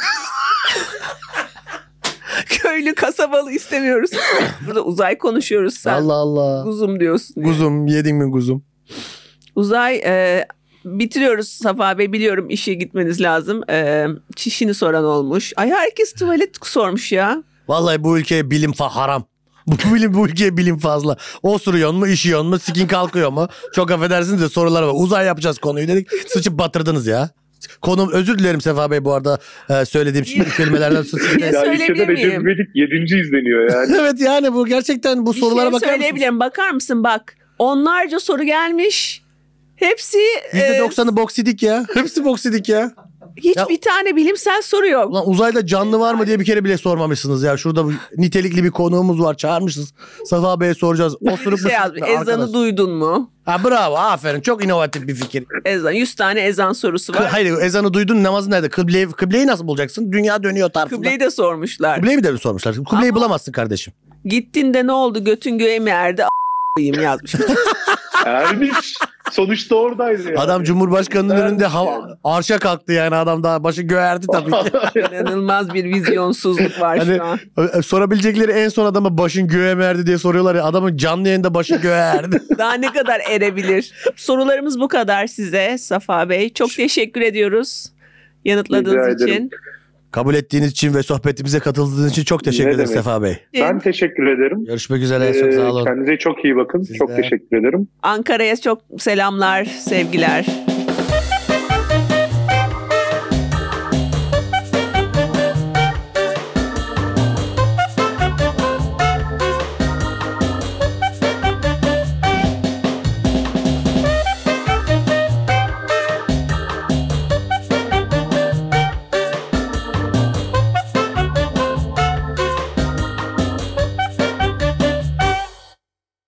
Köylü kasabalı istemiyoruz. Burada uzay konuşuyoruz sen. Allah Allah. Kuzum diyorsun. Kuzum yedin mi kuzum? Uzay Bitiriyoruz Safa Bey. Biliyorum işe gitmeniz lazım. Çişini soran olmuş. Ay herkes tuvalet sormuş ya. Vallahi bu ülkeye bilim haram. Bu ülkeye bilim fazla. Osuruyor mu, işiyor mu, sikin kalkıyor mu? Çok affedersiniz de sorular var. Uzay yapacağız konuyu dedik. Sıçıp batırdınız ya. Konum, özür dilerim Sefa Bey bu arada söylediğim kelimelerden. Ya söyleyebilir miyim? Recep İvedik 7. izleniyor yani. Evet yani bu gerçekten bu sorulara bakar mısın? Söyleyebilirim. Bakar mısın bak. Onlarca soru gelmiş. Hepsi %90'ı boksidik ya. Hepsi boksidik ya. hiçbir tane bilimsel soru yok. Ulan uzayda canlı var mı diye bir kere bile sormamışsınız ya. Şurada nitelikli bir konuğumuz var. Çağırmışız. Safa Bey'e soracağız. Osurup Şey yazmış, ezanı duydun mu? Ha bravo, aferin. Çok inovatif bir fikir. Ezan 100 tane ezan sorusu var. Hayır, ezanı duydun, namazı nerede? Kıbleyi nasıl bulacaksın? Dünya dönüyor tarafında. Kıbleyi de sormuşlar. Kıbleyi mi de mi sormuşlar? Kıbleyi bulamazsın kardeşim. Gittin de ne oldu? Götün göğe mi erdi? A**ayım yazmış. Ermiş. Sonuçta oradaydı yani. Adam Cumhurbaşkanı'nın önünde arşa kalktı yani, adam daha başı göğerdi tabii ki. İnanılmaz bir vizyonsuzluk var Hani şu an. sorabilecekleri en son adama başın göğe mi erdi diye soruyorlar ya. Adamın canlı yayında başı göğe erdi. Daha ne kadar erebilir? Sorularımız bu kadar size Safa Bey. Çok teşekkür ediyoruz yanıtladığınız Rica ederim. için. Kabul ettiğiniz için ve sohbetimize katıldığınız için çok teşekkür Ne ederiz demek. Sefa Bey. Ben teşekkür ederim. Görüşmek üzere. Çok sağ olun. Kendinize çok iyi bakın. Siz Çok de. teşekkür ederim. Ankara'ya çok selamlar, sevgiler.